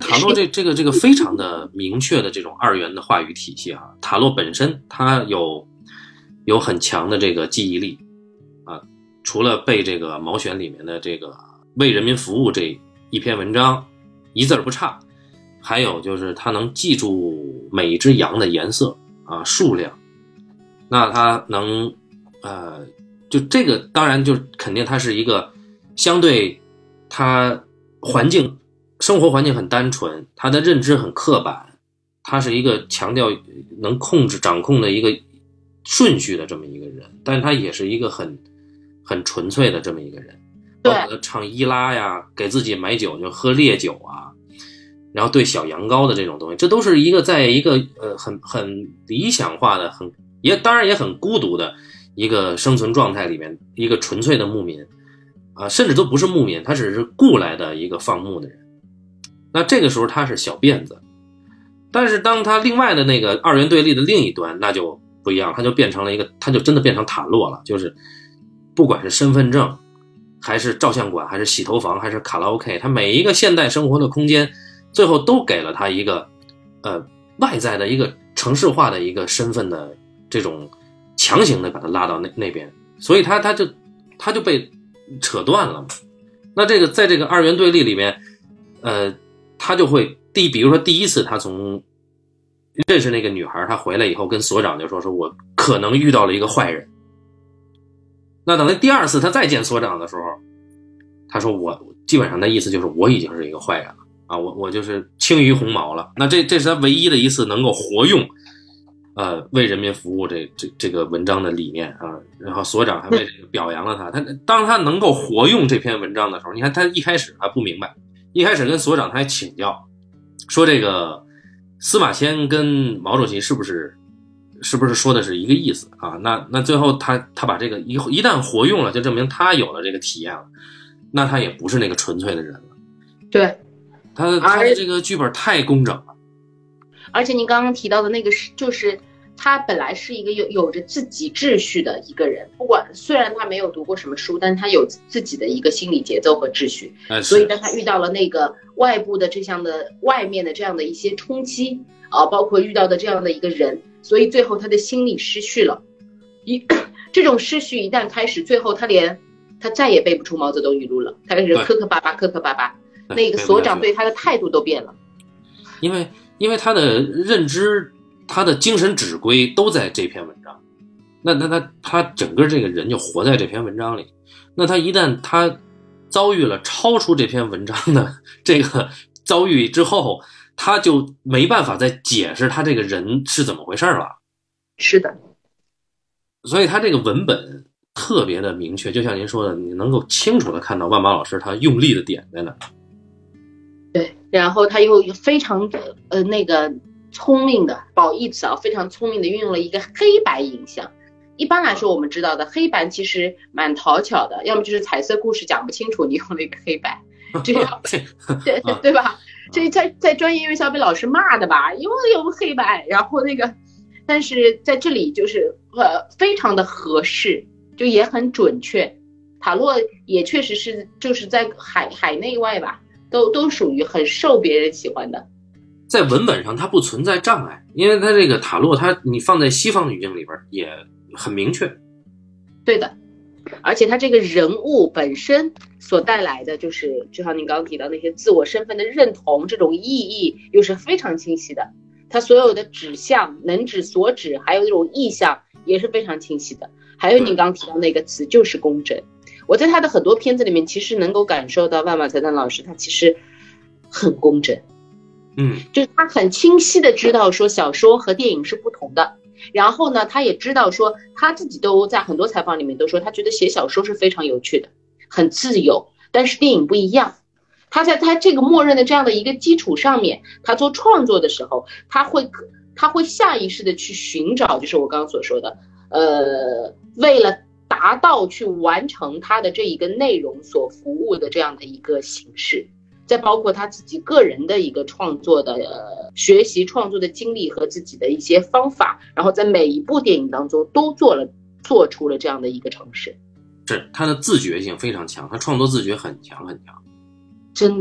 塔洛这这个这个非常的明确的这种二元的话语体系啊，塔洛本身它有有很强的这个记忆力啊，除了背这个毛选里面的这个为人民服务这一篇文章一字儿不差，还有就是它能记住每一只羊的颜色啊数量，那它能呃就这个当然就肯定它是一个相对它环境生活环境很单纯，他的认知很刻板，他是一个强调能控制掌控的一个顺序的这么一个人，但是他也是一个很很纯粹的这么一个人，包括他唱伊拉呀，给自己买酒就喝烈酒啊，然后对小羊羔的这种东西，这都是一个在一个呃很很理想化的，很也当然也很孤独的一个生存状态里面，一个纯粹的牧民啊，甚至都不是牧民，他只是雇来的一个放牧的人。那这个时候他是小辫子，但是当他另外的那个二元对立的另一端，那就不一样，他就变成了一个，他就真的变成塔洛了，就是不管是身份证还是照相馆还是洗头房还是卡拉 OK， 他每一个现代生活的空间最后都给了他一个呃外在的一个城市化的一个身份的这种强行的把他拉到那那边，所以他他就他就被扯断了嘛。那这个在这个二元对立里面呃他就会第比如说第一次他从认识那个女孩，他回来以后跟所长就说说我可能遇到了一个坏人。那等到第二次他再见所长的时候，他说我基本上的意思就是我已经是一个坏人了啊，我我就是轻于鸿毛了。那这这是他唯一的一次能够活用呃为人民服务这这这个文章的理念啊，然后所长还为这个表扬了他。他当他能够活用这篇文章的时候，你看他一开始还不明白，一开始跟所长他还请教说这个司马迁跟毛主席是不是是不是说的是一个意思啊？那那最后他他把这个一一旦活用了，就证明他有了这个体验了，那他也不是那个纯粹的人了。 对， 他他的这个剧本太工整了。 而且您刚刚提到的那个是，就是他本来是一个有有着自己秩序的一个人，不管虽然他没有读过什么书，但他有自己的一个心理节奏和秩序。 哎、 所以当他遇到了那个外部的这样的外面的这样的一些冲击啊，包括遇到的这样的一个人，所以最后他的心理失序了。一这种失序一旦开始，最后他连他再也背不出毛泽东语录了，他开始磕磕巴巴磕磕巴巴，那个所长对他的态度都变了。 因为因为他的认知，他的精神指归都在这篇文章，那那他他整个这个人就活在这篇文章里。那他一旦他遭遇了超出这篇文章的这个遭遇之后，他就没办法再解释他这个人是怎么回事了。 是的， 所以他这个文本特别的明确，就像您说的，你能够清楚的看到万马老师他用力的点在哪。 对，然后他又非常的呃那个聪明的，褒义词啊，非常聪明的运用了一个黑白影像。一般来说我们知道的黑白其实蛮讨巧的，要么就是彩色故事讲不清楚，你用了一个黑白，这样对对对吧？这在在专业院校被老师骂的吧，因为有黑白，然后那个，但是在这里就是呃非常的合适，就也很准确。塔洛也确实是就是在海海内外吧，都都属于很受别人喜欢的。 在文本上它不存在障碍，因为它这个塔洛它你放在西方语境里边也很明确。 对的，而且他这个人物本身所带来的就是就像您刚刚提到那些自我身份的认同，这种意义又是非常清晰的，他所有的指向能指所指还有这种意象也是非常清晰的。还有您刚刚提到那个词就是公正，我在他的很多片子里面其实能够感受到万马才旦老师他其实很公正， 嗯， 就是他很清晰的知道说小说和电影是不同的，然后呢他也知道说他自己都在很多采访里面都说他觉得写小说是非常有趣的，很自由，但是电影不一样。他在他这个默认的这样的一个基础上面，他做创作的时候他会他会下意识的去寻找，就是我刚刚所说的呃，为了达到去完成他的这一个内容所服务的这样的一个形式，再包括他自己个人的一个创作的、呃、学习创作的经历和自己的一些方法，然后在每一部电影当中都做了做出了这样的一个尝试。 是他的自觉性非常强，他创作自觉很强很强。 真的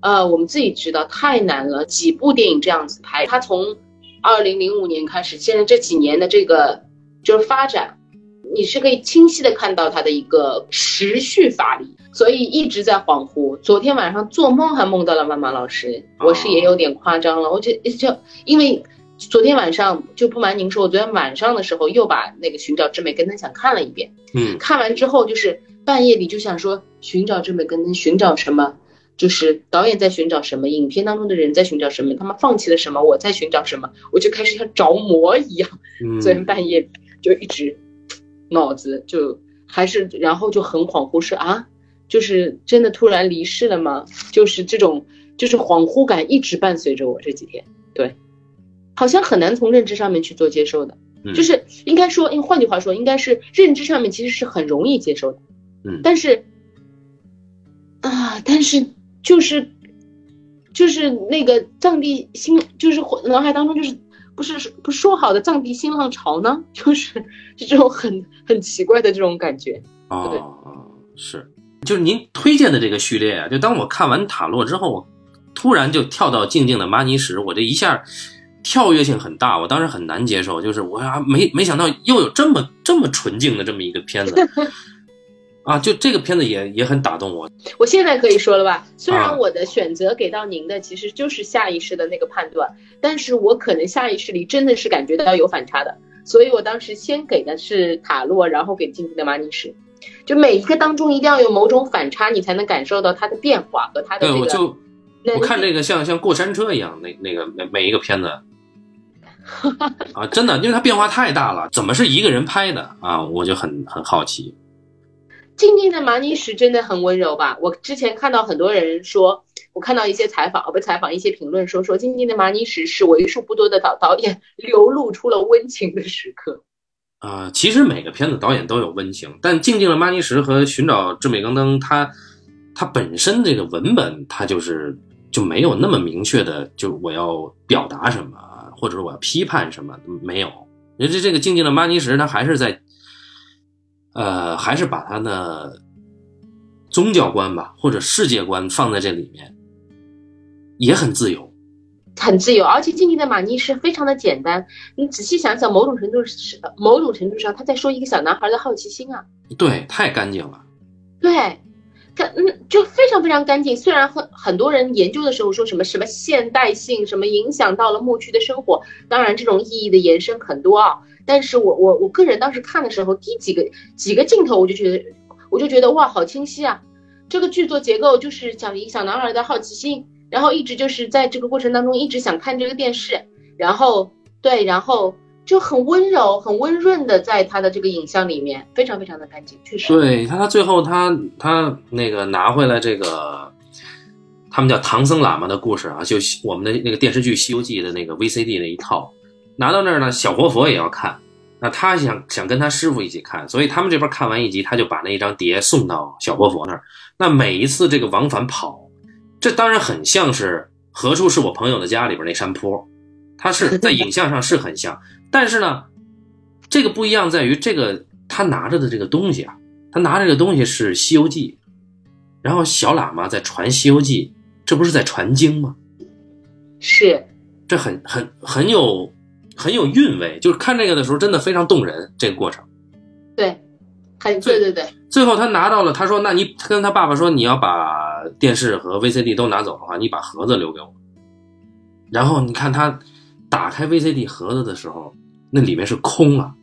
呃，我们自己知道太难了，几部电影这样子拍，它从二零零五年开始，现在这几年的这个就是发展，你是可以清晰的看到它的一个持续发力，所以一直在恍惚。昨天晚上做梦还梦到了妈妈老师，我是也有点夸张了，我觉得就因为昨天晚上就不瞒您说，我昨天晚上的时候又把那个《寻找至美根登》想看了一遍， 嗯， 看完之后就是半夜里就想说寻找至美根登，寻找什么？就是导演在寻找什么，影片当中的人在寻找什么，他们放弃了什么，我在寻找什么，我就开始像着魔一样。 嗯， 昨天半夜就一直脑子就还是，然后就很恍惚，是啊，就是真的突然离世了吗？就是这种就是恍惚感一直伴随着我这几天，对，好像很难从认知上面去做接受的， 嗯、 就是应该说，换句话说，应该是认知上面其实是很容易接受的， 嗯， 但是啊，但是。就是就是那个藏地新，就是脑海当中就是不是不是说好的藏地新浪潮呢，就是这种很很奇怪的这种感觉。 哦，是，就是您推荐的这个序列啊，就当我看完塔洛之后，我突然就跳到静静的玛尼石，我这一下跳跃性很大，我当时很难接受，就是我啊没没想到又有这么这么纯净的这么一个片子。啊，就这个片子也也很打动我。 我现在可以说了吧，虽然我的选择给到您的其实就是下意识的那个判断，但是我可能下意识里真的是感觉到有反差的，所以我当时先给的是塔洛，然后给静静的玛尼石。就每一个当中一定要有某种反差，你才能感受到它的变化和它的这个。 对，我就我看这个像像过山车一样，那那个每每一个片子啊，真的，因为它变化太大了，怎么是一个人拍的啊？我就很很好奇。 静静的玛尼石真的很温柔吧？我之前看到很多人说，我看到一些采访，不采访一些评论说说静静的玛尼石是为数不多的导导演流露出了温情的时刻。 啊、呃，其实每个片子导演都有温情，但静静的玛尼石和寻找至美更登，它它本身这个文本，它就是就没有那么明确的，就我要表达什么，或者说我要批判什么，没有。因为这个静静的玛尼石，它还是在。呃，还是把他的宗教观吧，或者世界观放在这里面，也很自由， 很自由。而且静静的玛尼石非常的简单，你仔细想想，某种程度是某种程度上，他在说一个小男孩的好奇心啊。 对，太干净了。 对，他嗯，就非常非常干净。虽然很很多人研究的时候说什么什么现代性，什么影响到了牧区的生活，当然这种意义的延伸很多啊。但是我我我个人当时看的时候，第几个几个镜头我就觉得，我就觉得哇，好清晰啊！这个剧作结构就是讲一个小男孩的好奇心，然后一直就是在这个过程当中一直想看这个电视，然后对，然后就很温柔、很温润的在他的这个影像里面，非常非常的干净，确实。 对他，他最后他他那个拿回来这个，他们叫唐僧喇嘛的故事啊，就我们的那个电视剧《西游记》的那个 V C D 那一套。拿到那儿呢，小活佛也要看，那他想想跟他师傅一起看，所以他们这边看完一集，他就把那一张碟送到小活佛那儿。那每一次这个往返跑，这当然很像是何处是我朋友的家里边那山坡，他是在影像上是很像，但是呢，这个不一样在于这个他拿着的这个东西啊，他拿着这个东西是《西游记》，然后小喇嘛在传《西游记》，这不是在传经吗？ 是， 这很很很有。很有韵味，就是看这个的时候真的非常动人，这个过程。 对，很对对对。 最后他拿到了，他说：“那你跟他爸爸说，你要把电视和 V C D 都拿走的话，你把盒子留给我。”然后你看他打开 V C D 盒子的时候，那里面是空啊。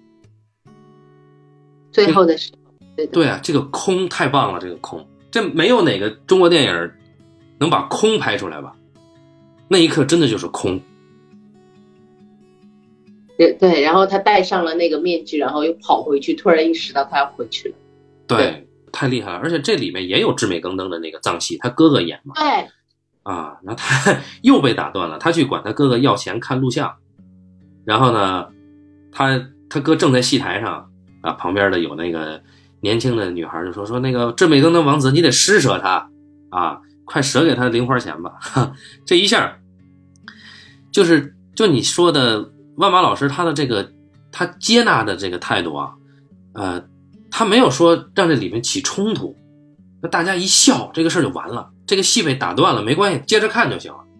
最后的时候，对对啊，这个空太棒了，这个空，这没有哪个中国电影能把空拍出来吧？那一刻真的就是空。 对，然后他戴上了那个面具，然后又跑回去，突然意识到他要回去了。 对，对太厉害了！而且这里面也有至美更登的那个藏戏，他哥哥演嘛。 对。 啊，那他又被打断了，他去管他哥哥要钱看录像，然后呢，他他哥正在戏台上啊，旁边的有那个年轻的女孩就说说那个至美更登王子，你得施舍他啊，快舍给他零花钱吧。哈，这一下就是就你说的。万马老师他的这个他接纳的这个态度啊，呃，他没有说让这里面起冲突， 那大家一笑，这个事儿就完了，这个戏被打断了，没关系，接着看就行了。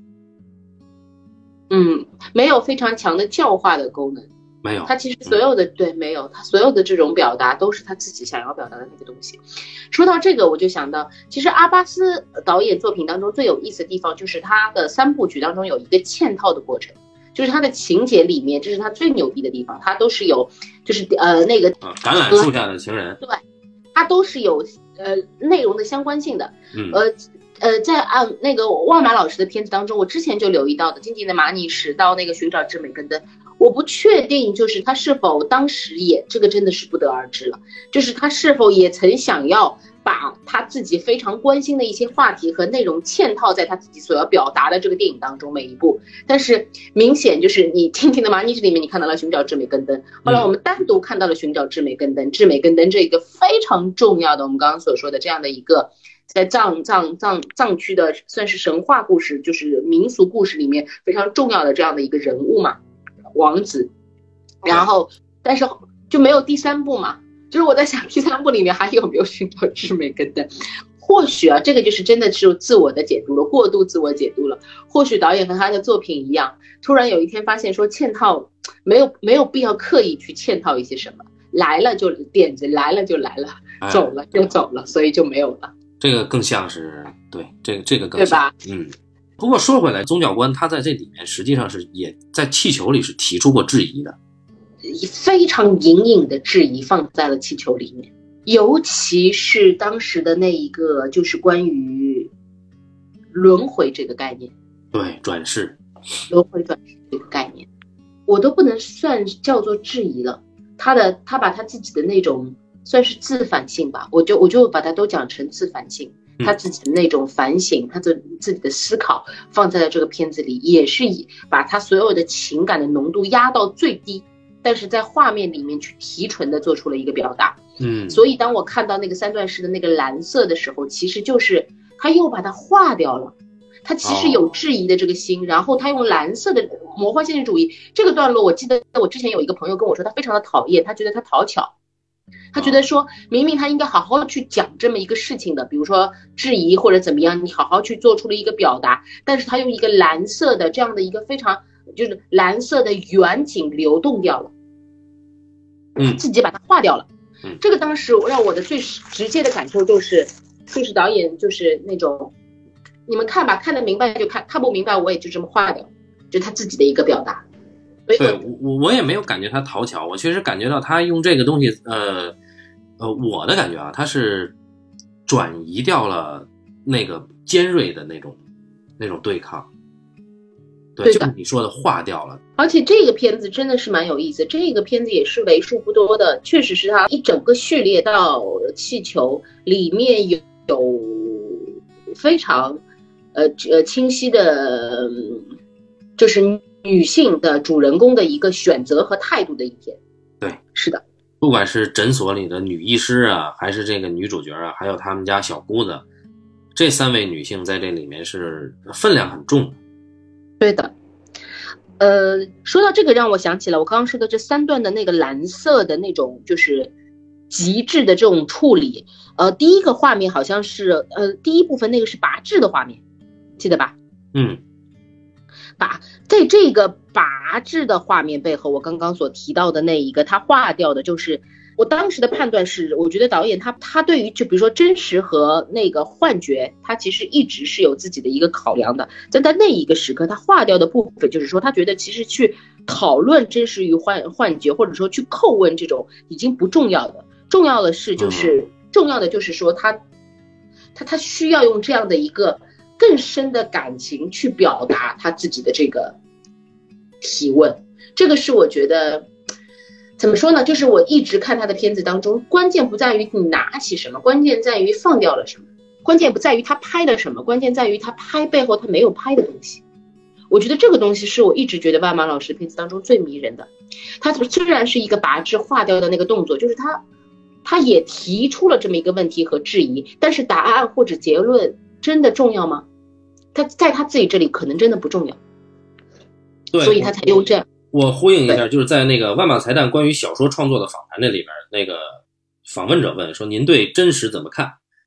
嗯，没有非常强的教化的功能。 没有， 他其实所有的、嗯、对没有，他所有的这种表达都是他自己想要表达的那个东西。说到这个，我就想到，其实阿巴斯导演作品当中最有意思的地方，就是他的三部曲当中有一个嵌套的过程，就是他的情节里面，这是他最牛逼的地方，他都是有，就是呃那个、 啊、橄榄树下的情人， 对，他都是有呃内容的相关性的， 嗯呃。呃，在啊那个万马老师的片子当中，我之前就留意到的，经济的马尼什到那个寻找至美根灯，我不确定就是他是否当时也这个真的是不得而知了，就是他是否也曾想要把他自己非常关心的一些话题和内容嵌套在他自己所要表达的这个电影当中每一部，但是明显就是你听听的马尼什里面你看到了寻找至美根灯，后来我们单独看到了寻找至美根灯，至美根灯这个非常重要的我们刚刚所说的这样的一个。在藏藏藏藏区的算是神话故事，就是民俗故事里面非常重要的这样的一个人物嘛，王子。然后，但是就没有第三部嘛，就是我在想第三部里面还有没有寻找至美根灯？或许啊，这个就是真的是自我的解读了，过度自我解读了。或许导演和他的作品一样，突然有一天发现说嵌套没有没有必要刻意去嵌套一些什么，来了就点子来了就来了，走了就走了，所以就没有了。 这个更像是对，这个这个更像， 对吧？ 嗯。不过说回来，宗教观他在这里面实际上是也在气球里是提出过质疑的， 非常隐隐的质疑放在了气球里面，尤其是当时的那一个就是关于轮回这个概念， 对，转世， 轮回转世这个概念，我都不能算叫做质疑了。他的他把他自己的那种。算是自反性吧，我就我就把它都讲成自反性，他自己的那种反省，他的自己的思考放在了这个片子里，也是以把他所有的情感的浓度压到最低，但是在画面里面去提纯的做出了一个表达。 嗯， 所以当我看到那个三段式的那个蓝色的时候，其实就是他又把它化掉了。他其实有质疑的这个心，然后他用蓝色的魔幻现实主义这个段落，我记得我之前有一个朋友跟我说，他非常的讨厌，他觉得他讨巧。他觉得说明明他应该好好去讲这么一个事情的，比如说质疑或者怎么样，你好好去做出了一个表达，但是他用一个蓝色的这样的一个非常就是蓝色的远景流动掉了， 嗯， 自己把它化掉了。 嗯， 这个当时让我的最直接的感受就是就是导演就是那种你们看吧，看得明白就看，看不明白我也就这么化掉，就他自己的一个表达。 对，我我也没有感觉他讨巧，我确实感觉到他用这个东西，呃呃，我的感觉啊，他是转移掉了那个尖锐的那种那种对抗，对，就是你说的化掉了。 而且这个片子真的是蛮有意思，这个片子也是为数不多的，确实是它一整个序列到气球里面有有非常呃呃清晰的，就是。女性的主人公的一个选择和态度的一天。 对， 是的， 不管是诊所里的女医师啊，还是这个女主角啊，还有他们家小姑子，这三位女性在这里面是分量很重的。 对的，呃，说到这个让我想起了我刚刚说的这三段的那个蓝色的那种就是极致的这种处理。呃，第一个画面好像是呃第一部分那个是拔智的画面，记得吧？ 嗯。 把在这个拔智的画面背后，我刚刚所提到的那一个他划掉的，就是我当时的判断是，我觉得导演他他对于就比如说真实和那个幻觉，他其实一直是有自己的一个考量的。但在那一个时刻，他划掉的部分就是说，他觉得其实去讨论真实与幻幻觉，或者说去叩问这种已经不重要的，重要的是就是重要的就是说他他他需要用这样的一个。更深的感情去表达他自己的这个提问，这个是我觉得怎么说呢，就是我一直看他的片子当中，关键不在于你拿起什么，关键在于放掉了什么，关键不在于他拍了什么，关键在于他拍背后他没有拍的东西。我觉得这个东西是我一直觉得万马老师片子当中最迷人的。他虽然是一个拔智化掉的那个动作，就是他他也提出了这么一个问题和质疑，但是答案或者结论真的重要吗？他在他自己这里可能真的不重要， 对， 所以他才用这样。 我呼应一下，就是在那个万马才旦关于小说创作的访谈那里边，那个访问者问说：“您对真实怎么看？”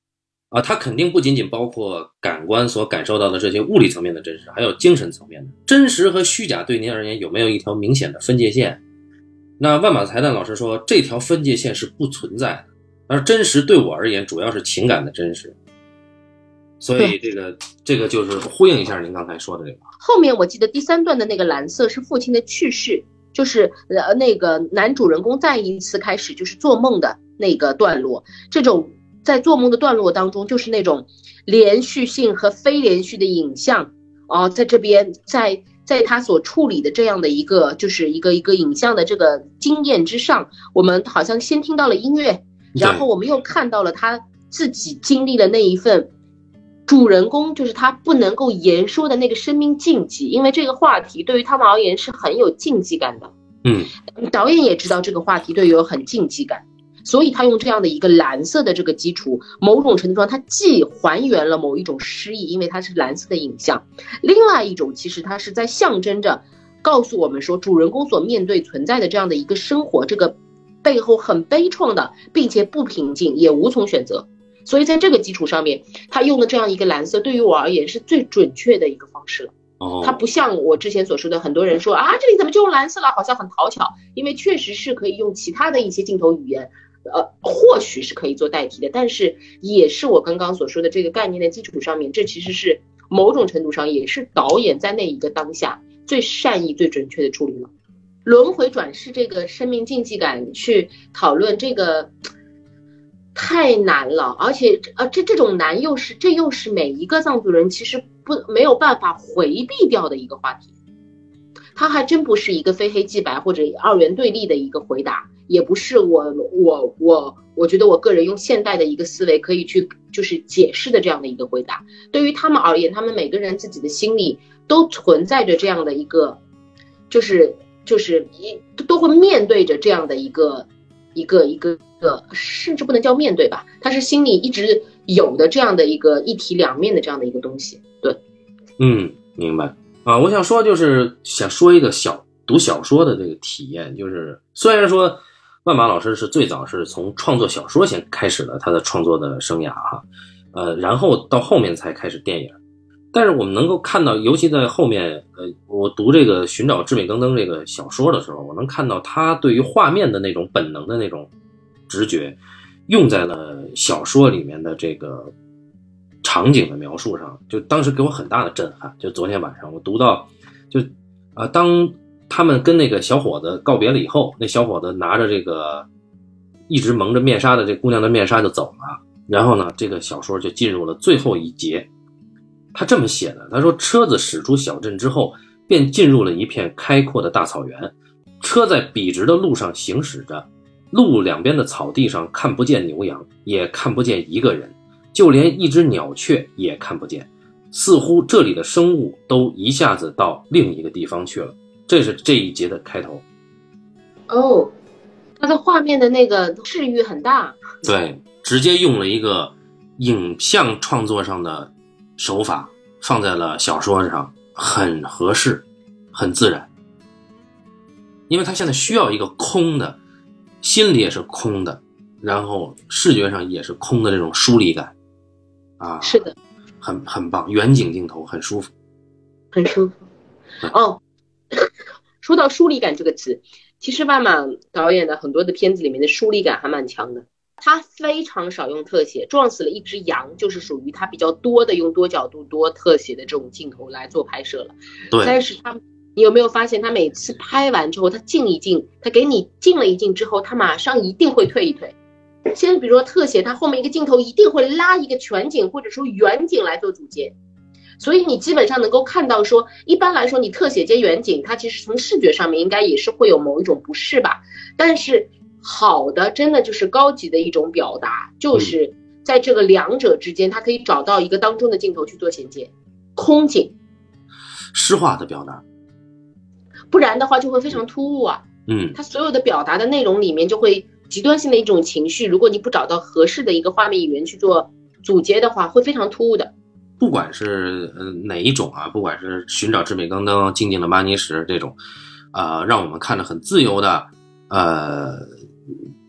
啊，它肯定不仅仅包括感官所感受到的这些物理层面的真实，还有精神层面的真实和虚假。对您而言有没有一条明显的分界线？那万马才旦老师说，这条分界线是不存在的，而真实对我而言主要是情感的真实。所以这个这个就是呼应一下您刚才说的这个。 后面我记得第三段的那个蓝色是父亲的去世，就是呃那个男主人公再一次开始就是做梦的那个段落。这种在做梦的段落当中，就是那种连续性和非连续的影像啊、呃，在这边在在他所处理的这样的一个就是一个一个影像的这个经验之上，我们好像先听到了音乐，然后我们又看到了他自己经历了那一份。主人公就是他不能够言说的那个生命禁忌，因为这个话题对于他们而言是很有禁忌感的。 嗯， 导演也知道这个话题对于有很禁忌感，所以他用这样的一个蓝色的这个基础，某种程度上他既还原了某一种诗意，因为它是蓝色的影像，另外一种其实它是在象征着告诉我们说，主人公所面对存在的这样的一个生活，这个背后很悲怆的，并且不平静，也无从选择。所以在这个基础上面，他用的这样一个蓝色对于我而言是最准确的一个方式了。 哦， 它不像我之前所说的很多人说啊，这里怎么就用蓝色了，好像很讨巧，因为确实是可以用其他的一些镜头语言呃，或许是可以做代替的，但是也是我刚刚所说的这个概念的基础上面，这其实是某种程度上也是导演在那一个当下最善意最准确的处理了。轮回转世这个生命禁忌感去讨论这个太难了，而且呃，这这种难又是这又是每一个藏族人其实不没有办法回避掉的一个话题。它还真不是一个非黑即白或者二元对立的一个回答，也不是我我我我觉得我个人用现代的一个思维可以去就是解释的这样的一个回答。对于他们而言，他们每个人自己的心里都存在着这样的一个，就是就是都会面对着这样的一个一个一个甚至不能叫面对吧，他是心里一直有的这样的一个一体两面的这样的一个东西。对， 嗯，明白啊。我想说就是想说一个小读小说的这个体验，就是虽然说万马老师是最早是从创作小说先开始了他的创作的生涯哈，呃，然后到后面才开始电影，但是我们能够看到，尤其在后面，呃，我读这个《寻找至美更登》这个小说的时候，我能看到他对于画面的那种本能的那种直觉，用在了小说里面的这个场景的描述上，就当时给我很大的震撼。就昨天晚上我读到，就啊、呃，当他们跟那个小伙子告别了以后，那小伙子拿着这个一直蒙着面纱的这姑娘的面纱就走了，然后呢，这个小说就进入了最后一节。他这么写的，他说车子驶出小镇之后，便进入了一片开阔的大草原，车在笔直的路上行驶着，路两边的草地上看不见牛羊，也看不见一个人，就连一只鸟雀也看不见，似乎这里的生物都一下子到另一个地方去了。这是这一节的开头。 哦，它的画面的那个视域很大。 对，直接用了一个影像创作上的手法放在了小说上，很合适，很自然。因为他现在需要一个空的，心里也是空的，然后视觉上也是空的这种疏离感啊， 是的， 很很棒，远景镜头很舒服， 很舒服。哦，说到疏离感这个词，其实万马导演的很多的片子里面的疏离感还蛮强的。他非常少用特写，撞死了一只羊就是属于他比较多的用多角度多特写的这种镜头来做拍摄了。 对， 但是他你有没有发现他每次拍完之后他静一静，他给你静了一静之后，他马上一定会退一退。现在比如说特写，他后面一个镜头一定会拉一个全景或者说远景来做主接，所以你基本上能够看到说，一般来说你特写接远景，它其实从视觉上面应该也是会有某一种不适吧，但是好的真的就是高级的一种表达，就是在这个两者之间，它可以找到一个当中的镜头去做衔接，空景诗化的表达， 不然的话就会非常突兀啊。 嗯，它所有的表达的内容里面就会极端性的一种情绪，如果你不找到合适的一个画面语言去做组接的话，会非常突兀的。 不管是呃哪一种啊，不管是寻找至美更登、静静的玛尼石这种，呃，让我们看着很自由的，呃，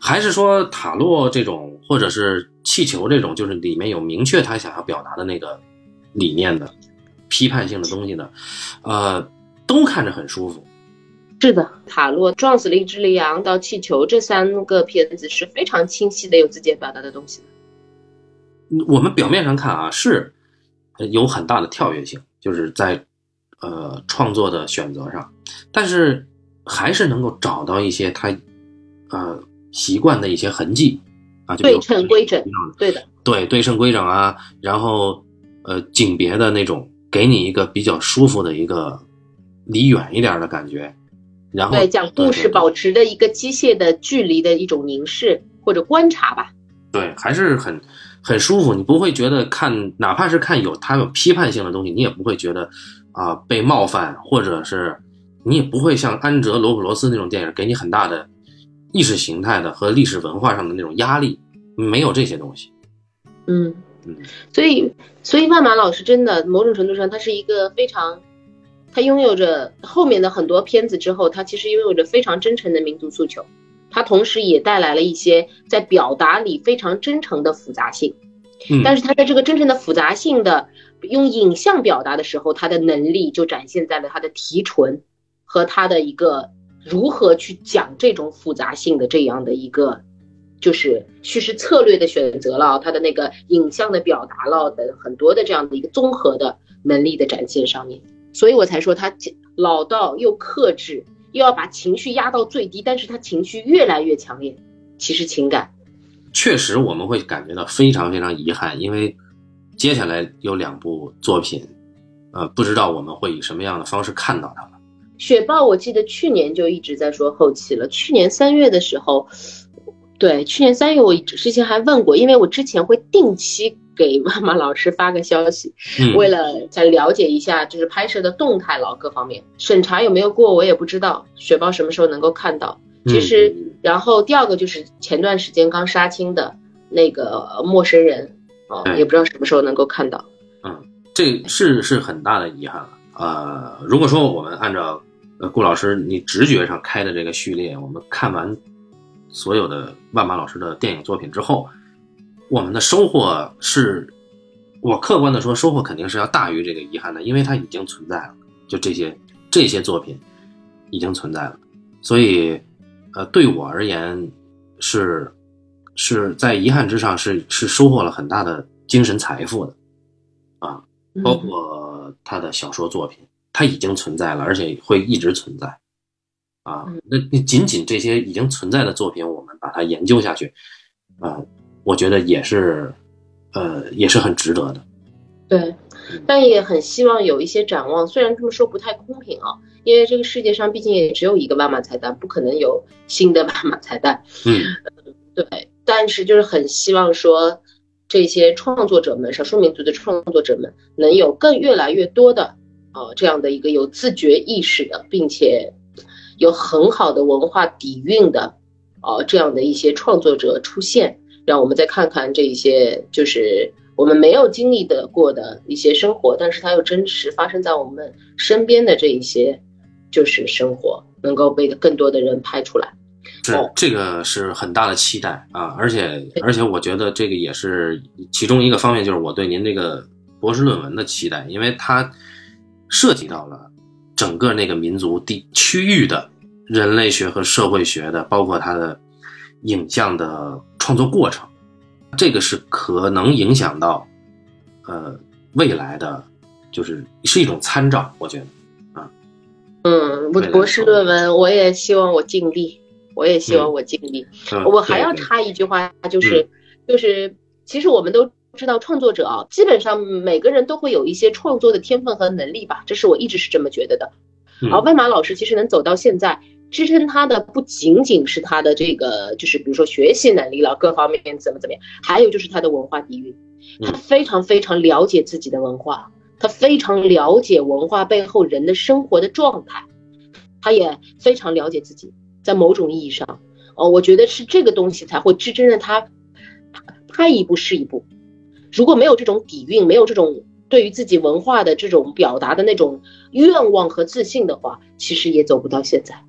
还是说塔洛这种，或者是气球这种，就是里面有明确他想要表达的那个理念的批判性的东西的，呃，都看着很舒服。 是的，塔洛、撞死了一只羚羊到气球这三个片子是非常清晰的，有自己表达的东西。 我们表面上看啊，是有很大的跳跃性，就是在呃创作的选择上，但是还是能够找到一些他呃习惯的一些痕迹啊，就对称规整，对的， 对对称规整啊，然后呃景别的那种，给你一个比较舒服的一个离远一点的感觉，然后对讲故事保持的一个机械的距离的一种凝视或者观察吧， 对，还是很很舒服，你不会觉得看，哪怕是看有它有批判性的东西，你也不会觉得啊、呃、被冒犯，或者是你也不会像安哲罗普罗斯那种电影给你很大的意识形态的和历史文化上的那种压力，没有这些东西。 嗯嗯， 所以所以万马老师真的某种程度上，他是一个非常，他拥有着后面的很多片子之后，他其实拥有着非常真诚的民族诉求，他同时也带来了一些在表达里非常真诚的复杂性。 嗯， 但是他在这个真正的复杂性的用影像表达的时候，他的能力就展现在了他的提纯和他的一个如何去讲这种复杂性的这样的一个就是叙事策略的选择了，他的那个影像的表达了的很多的这样的一个综合的能力的展现上面，所以我才说他老道又克制，又要把情绪压到最低，但是他情绪越来越强烈，其实情感确实我们会感觉到非常非常遗憾，因为接下来有两部作品，呃，不知道我们会以什么样的方式看到它了。 雪豹我记得去年就一直在说后期了，去年三月的时候，对，去年三月我之前还问过，因为我之前会定期给万马老师发个消息， 嗯， 为了再了解一下就是拍摄的动态了，各方面审查有没有过我也不知道，雪豹什么时候能够看到。其实、嗯、然后第二个就是前段时间刚杀青的那个陌生人啊、哦，也不知道什么时候能够看到。 嗯，这是是很大的遗憾了。呃，如果说我们按照呃顾老师你直觉上开的这个序列，我们看完所有的万马老师的电影作品之后，我们的收获是，我客观的说，收获肯定是要大于这个遗憾的，因为它已经存在了，就这些这些作品已经存在了，所以呃，对我而言是是在遗憾之上是是收获了很大的精神财富的啊，包括他的小说作品，它已经存在了，而且会一直存在啊。那仅仅这些已经存在的作品，我们把它研究下去，啊、呃，我觉得也是呃也是很值得的。 对，但也很希望有一些展望，虽然这么说不太公平啊，因为这个世界上毕竟也只有一个万马彩蛋，不可能有新的万马彩蛋。 嗯， 对，但是就是很希望说这些创作者们，少数民族的创作者们能有更越来越多的呃这样的一个有自觉意识的，并且有很好的文化底蕴的呃这样的一些创作者出现，让我们再看看这一些就是我们没有经历的过的一些生活，但是它又真实发生在我们身边的这一些就是生活，能够被更多的人拍出来。 是，这个是很大的期待啊！而且而且我觉得这个也是其中一个方面，就是我对您这个博士论文的期待，因为它涉及到了整个那个民族地区域的人类学和社会学的，包括它的影像的创作过程。这个是可能影响到呃未来的，就是是一种参照，我觉得啊。 嗯，我博士论文我也希望我尽力，我也希望我尽力。 嗯、 我还要插一句话，就是、嗯、就是其实我们都知道创作者啊，基本上每个人都会有一些创作的天分和能力吧，这是我一直是这么觉得的。而、嗯、万马老师其实能走到现在，支撑他的不仅仅是他的这个就是比如说学习能力了，各方面怎么怎么样，还有就是他的文化底蕴，他非常非常了解自己的文化，他非常了解文化背后人的生活的状态，他也非常了解自己，在某种意义上哦，我觉得是这个东西才会支撑着他拍一步是一步。如果没有这种底蕴，没有这种对于自己文化的这种表达的那种愿望和自信的话，其实也走不到现在。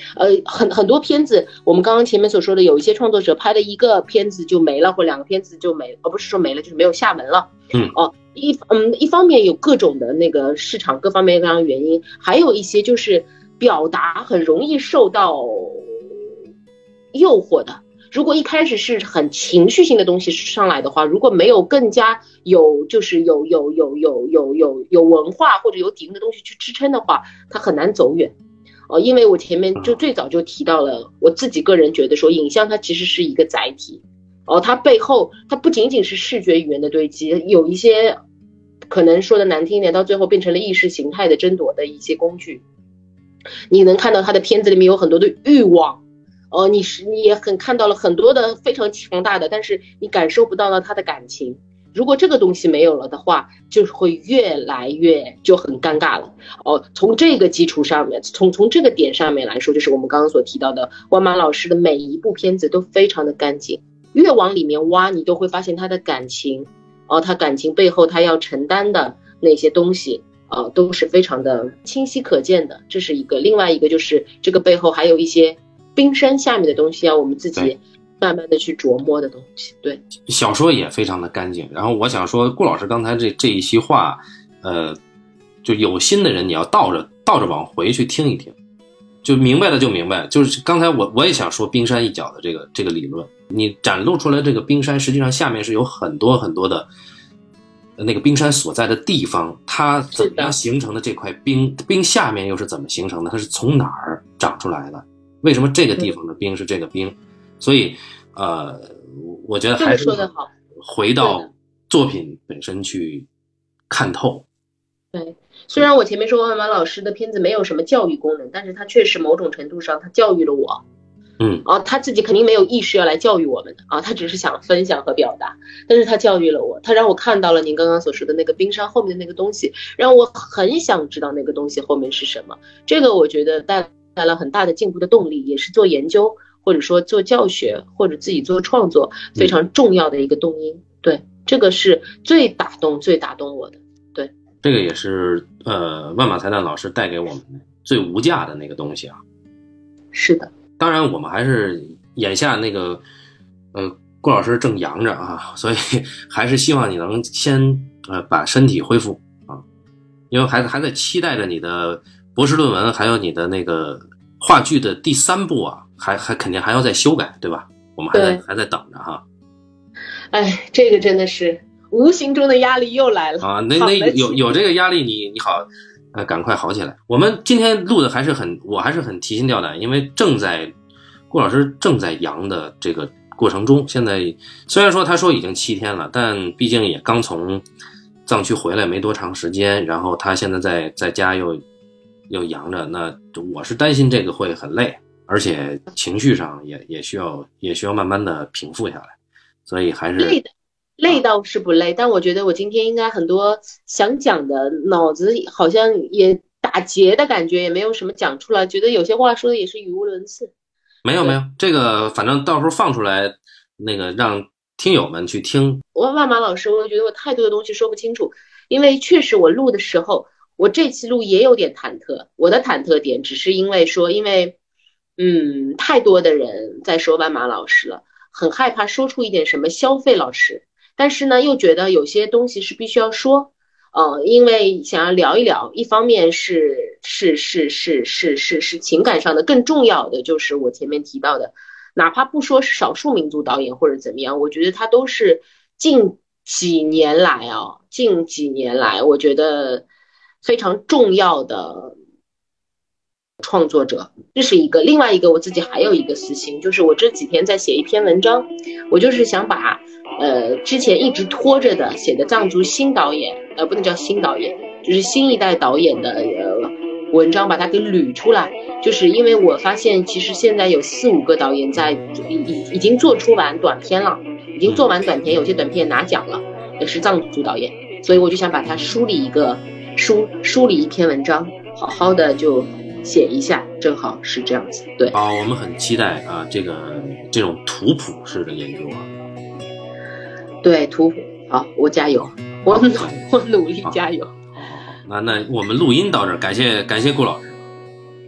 呃，很很多片子，我们刚刚前面所说的，有一些创作者拍的一个片子就没了，或两个片子就没，而不是说没了，就是没有下文了。 嗯， 哦，一嗯，一方面有各种的那个市场各方面各样的原因，还有一些就是表达很容易受到诱惑的。如果一开始是很情绪性的东西上来的话，如果没有更加有就是有有有有有有有文化或者有底蕴的东西去支撑的话，它很难走远。哦，因为我前面就最早就提到了，我自己个人觉得说，影像它其实是一个载体。哦，它背后它不仅仅是视觉语言的堆积，有一些可能说的难听一点，到最后变成了意识形态的争夺的一些工具。你能看到它的片子里面有很多的欲望。哦，你是你也很看到了很多的非常强大的，但是你感受不到了他的感情。如果这个东西没有了的话，就会越来越就很尴尬了。哦，从这个基础上面，从从这个点上面来说，就是我们刚刚所提到的，万马老师的每一部片子都非常的干净，越往里面挖，你都会发现他的感情，哦，他感情背后他要承担的那些东西。呃，都是非常的清晰可见的，这是一个。另外一个就是这个背后还有一些冰山下面的东西，要我们自己慢慢的去琢磨的东西。对， 小说也非常的干净。然后我想说，顾老师刚才这这一席话，呃，就有心的人你要倒着倒着往回去听一听，就明白了就明白。就是刚才我我也想说冰山一角的这个这个理论，你展露出来这个冰山，实际上下面是有很多很多的。那个冰山所在的地方，它怎么样形成的这块冰？冰下面又是怎么形成的？它是从哪儿长出来的？为什么这个地方的冰是这个冰？所以，呃，我觉得还是回到作品本身去看透。 对，虽然我前面说万马老师的片子没有什么教育功能，但是他确实某种程度上他教育了我。 嗯， 啊，他自己肯定没有意识要来教育我们的啊，他只是想分享和表达，但是他教育了我，他让我看到了您刚刚所说的那个冰山后面的那个东西，让我很想知道那个东西后面是什么。这个我觉得带来了很大的进步的动力，也是做研究或者说做教学或者自己做创作非常重要的一个动因。嗯、对，这个是最打动最打动我的。对， 这个也是呃万马才旦老师带给我们最无价的那个东西啊。 是的。 当然我们还是眼下那个呃顾老师正阳着啊，所以还是希望你能先呃把身体恢复啊，因为还还在期待着你的博士论文还有你的那个话剧的第三部啊，还还肯定还要再修改，对吧？我们还在还在等着哈。 哎，这个真的是无形中的压力又来了啊，那那有有这个压力你你好呃，赶快好起来。我们今天录的还是很，我还是很提心吊胆，因为正在顾老师正在阳的这个过程中。现在虽然说他说已经七天了，但毕竟也刚从藏区回来没多长时间，然后他现在在在家又又阳着，那我是担心这个会很累，而且情绪上也也需要也需要慢慢的平复下来，所以还是累的。累倒是不累，但我觉得我今天应该很多想讲的，脑子好像也打结的感觉，也没有什么讲出来，觉得有些话说的也是语无伦次。 没有没有，这个反正到时候放出来，那个让听友们去听。 我万马老师，我觉得我太多的东西说不清楚，因为确实我录的时候，我这期录也有点忐忑。我的忐忑点只是因为说，因为嗯，太多的人在说万马老师了，很害怕说出一点什么消费老师。但是呢，又觉得有些东西是必须要说，呃，因为想要聊一聊，一方面是是是是是是是情感上的，更重要的就是我前面提到的，哪怕不说是少数民族导演或者怎么样，我觉得他都是近几年来啊，近几年来我觉得非常重要的创作者，这是一个。另外一个我自己还有一个私心，就是我这几天在写一篇文章，我就是想把呃之前一直拖着的写的藏族新导演，呃不能叫新导演，就是新一代导演的呃文章把它给捋出来。就是因为我发现其实现在有四五个导演在已已已经做出完短片了，已经做完短片，有些短片拿奖了，也是藏族导演，所以我就想把它梳理一个梳梳理一篇文章，好好的就写一下，正好是这样子。对， 好、哦，我们很期待啊，这个这种图谱式的研究啊。 对，图谱，好，我加油，我努我努力加油。 好好好，那那我们录音到这儿，感谢感谢顾老师。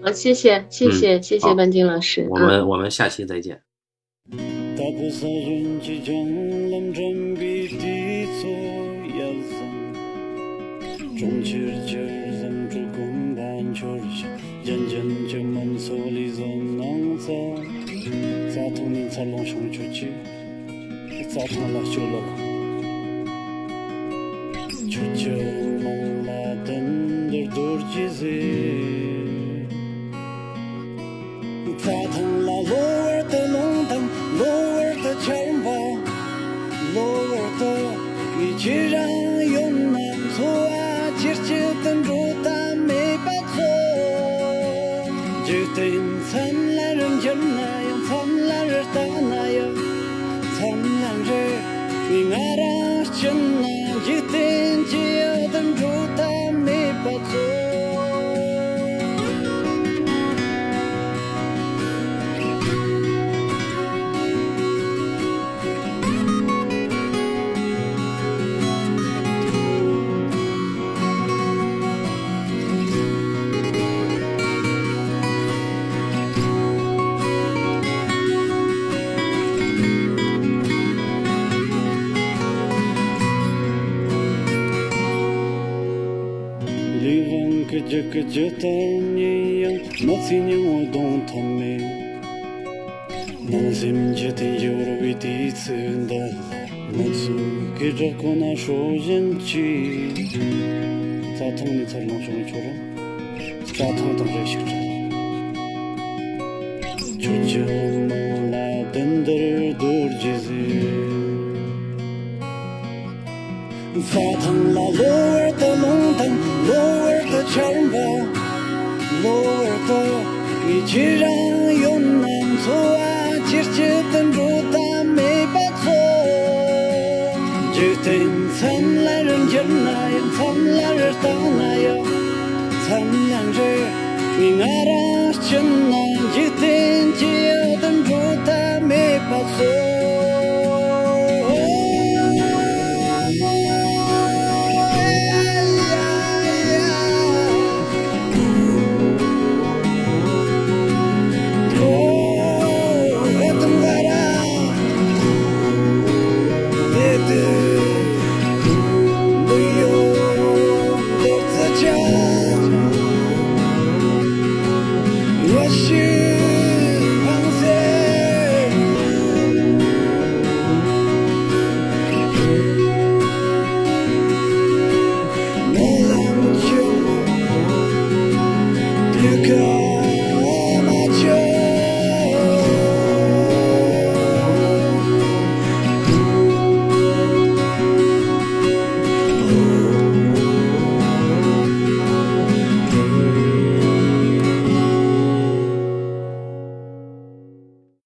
好，谢谢谢谢、 嗯， 谢谢好， 文静老师。 我嗯。 们我们下期再见。 Ta pësa rën që gjënë lëm gjëmbi ti co jazën Qëmë qërë qërë zëm që këmban qërë që Gjënë gjënë që më në soli zënë në në ca Ca të një ca lën shumë që që Ca të në la që lëla Që që më la të ndërdur gjizë Ca të në la lorë të lëndëm Lower the chamber, lower the Ichira yonna Soa chirchitan rota me patso Jutin san laran janna Yan san larar tana ya San larar Ingara channa Jutin chiotan rota me patso Këgjë këgjë të një janë Më si një u donë të me Në zim gjëtë njërë viti të ndërë Më të këgjë këna shojën që Ca të një të lënë shumë qërë Ca të një të mreshë qërë Që gjë më la dëndër dur gjëzë Fatën la lower the mountain, lower the chamber, lower the Ichira yonnan soa chirchitan rota me patso Jutin san laran janna yan san larar tana ya San larar ingara channa Jutin chiotan rota me patso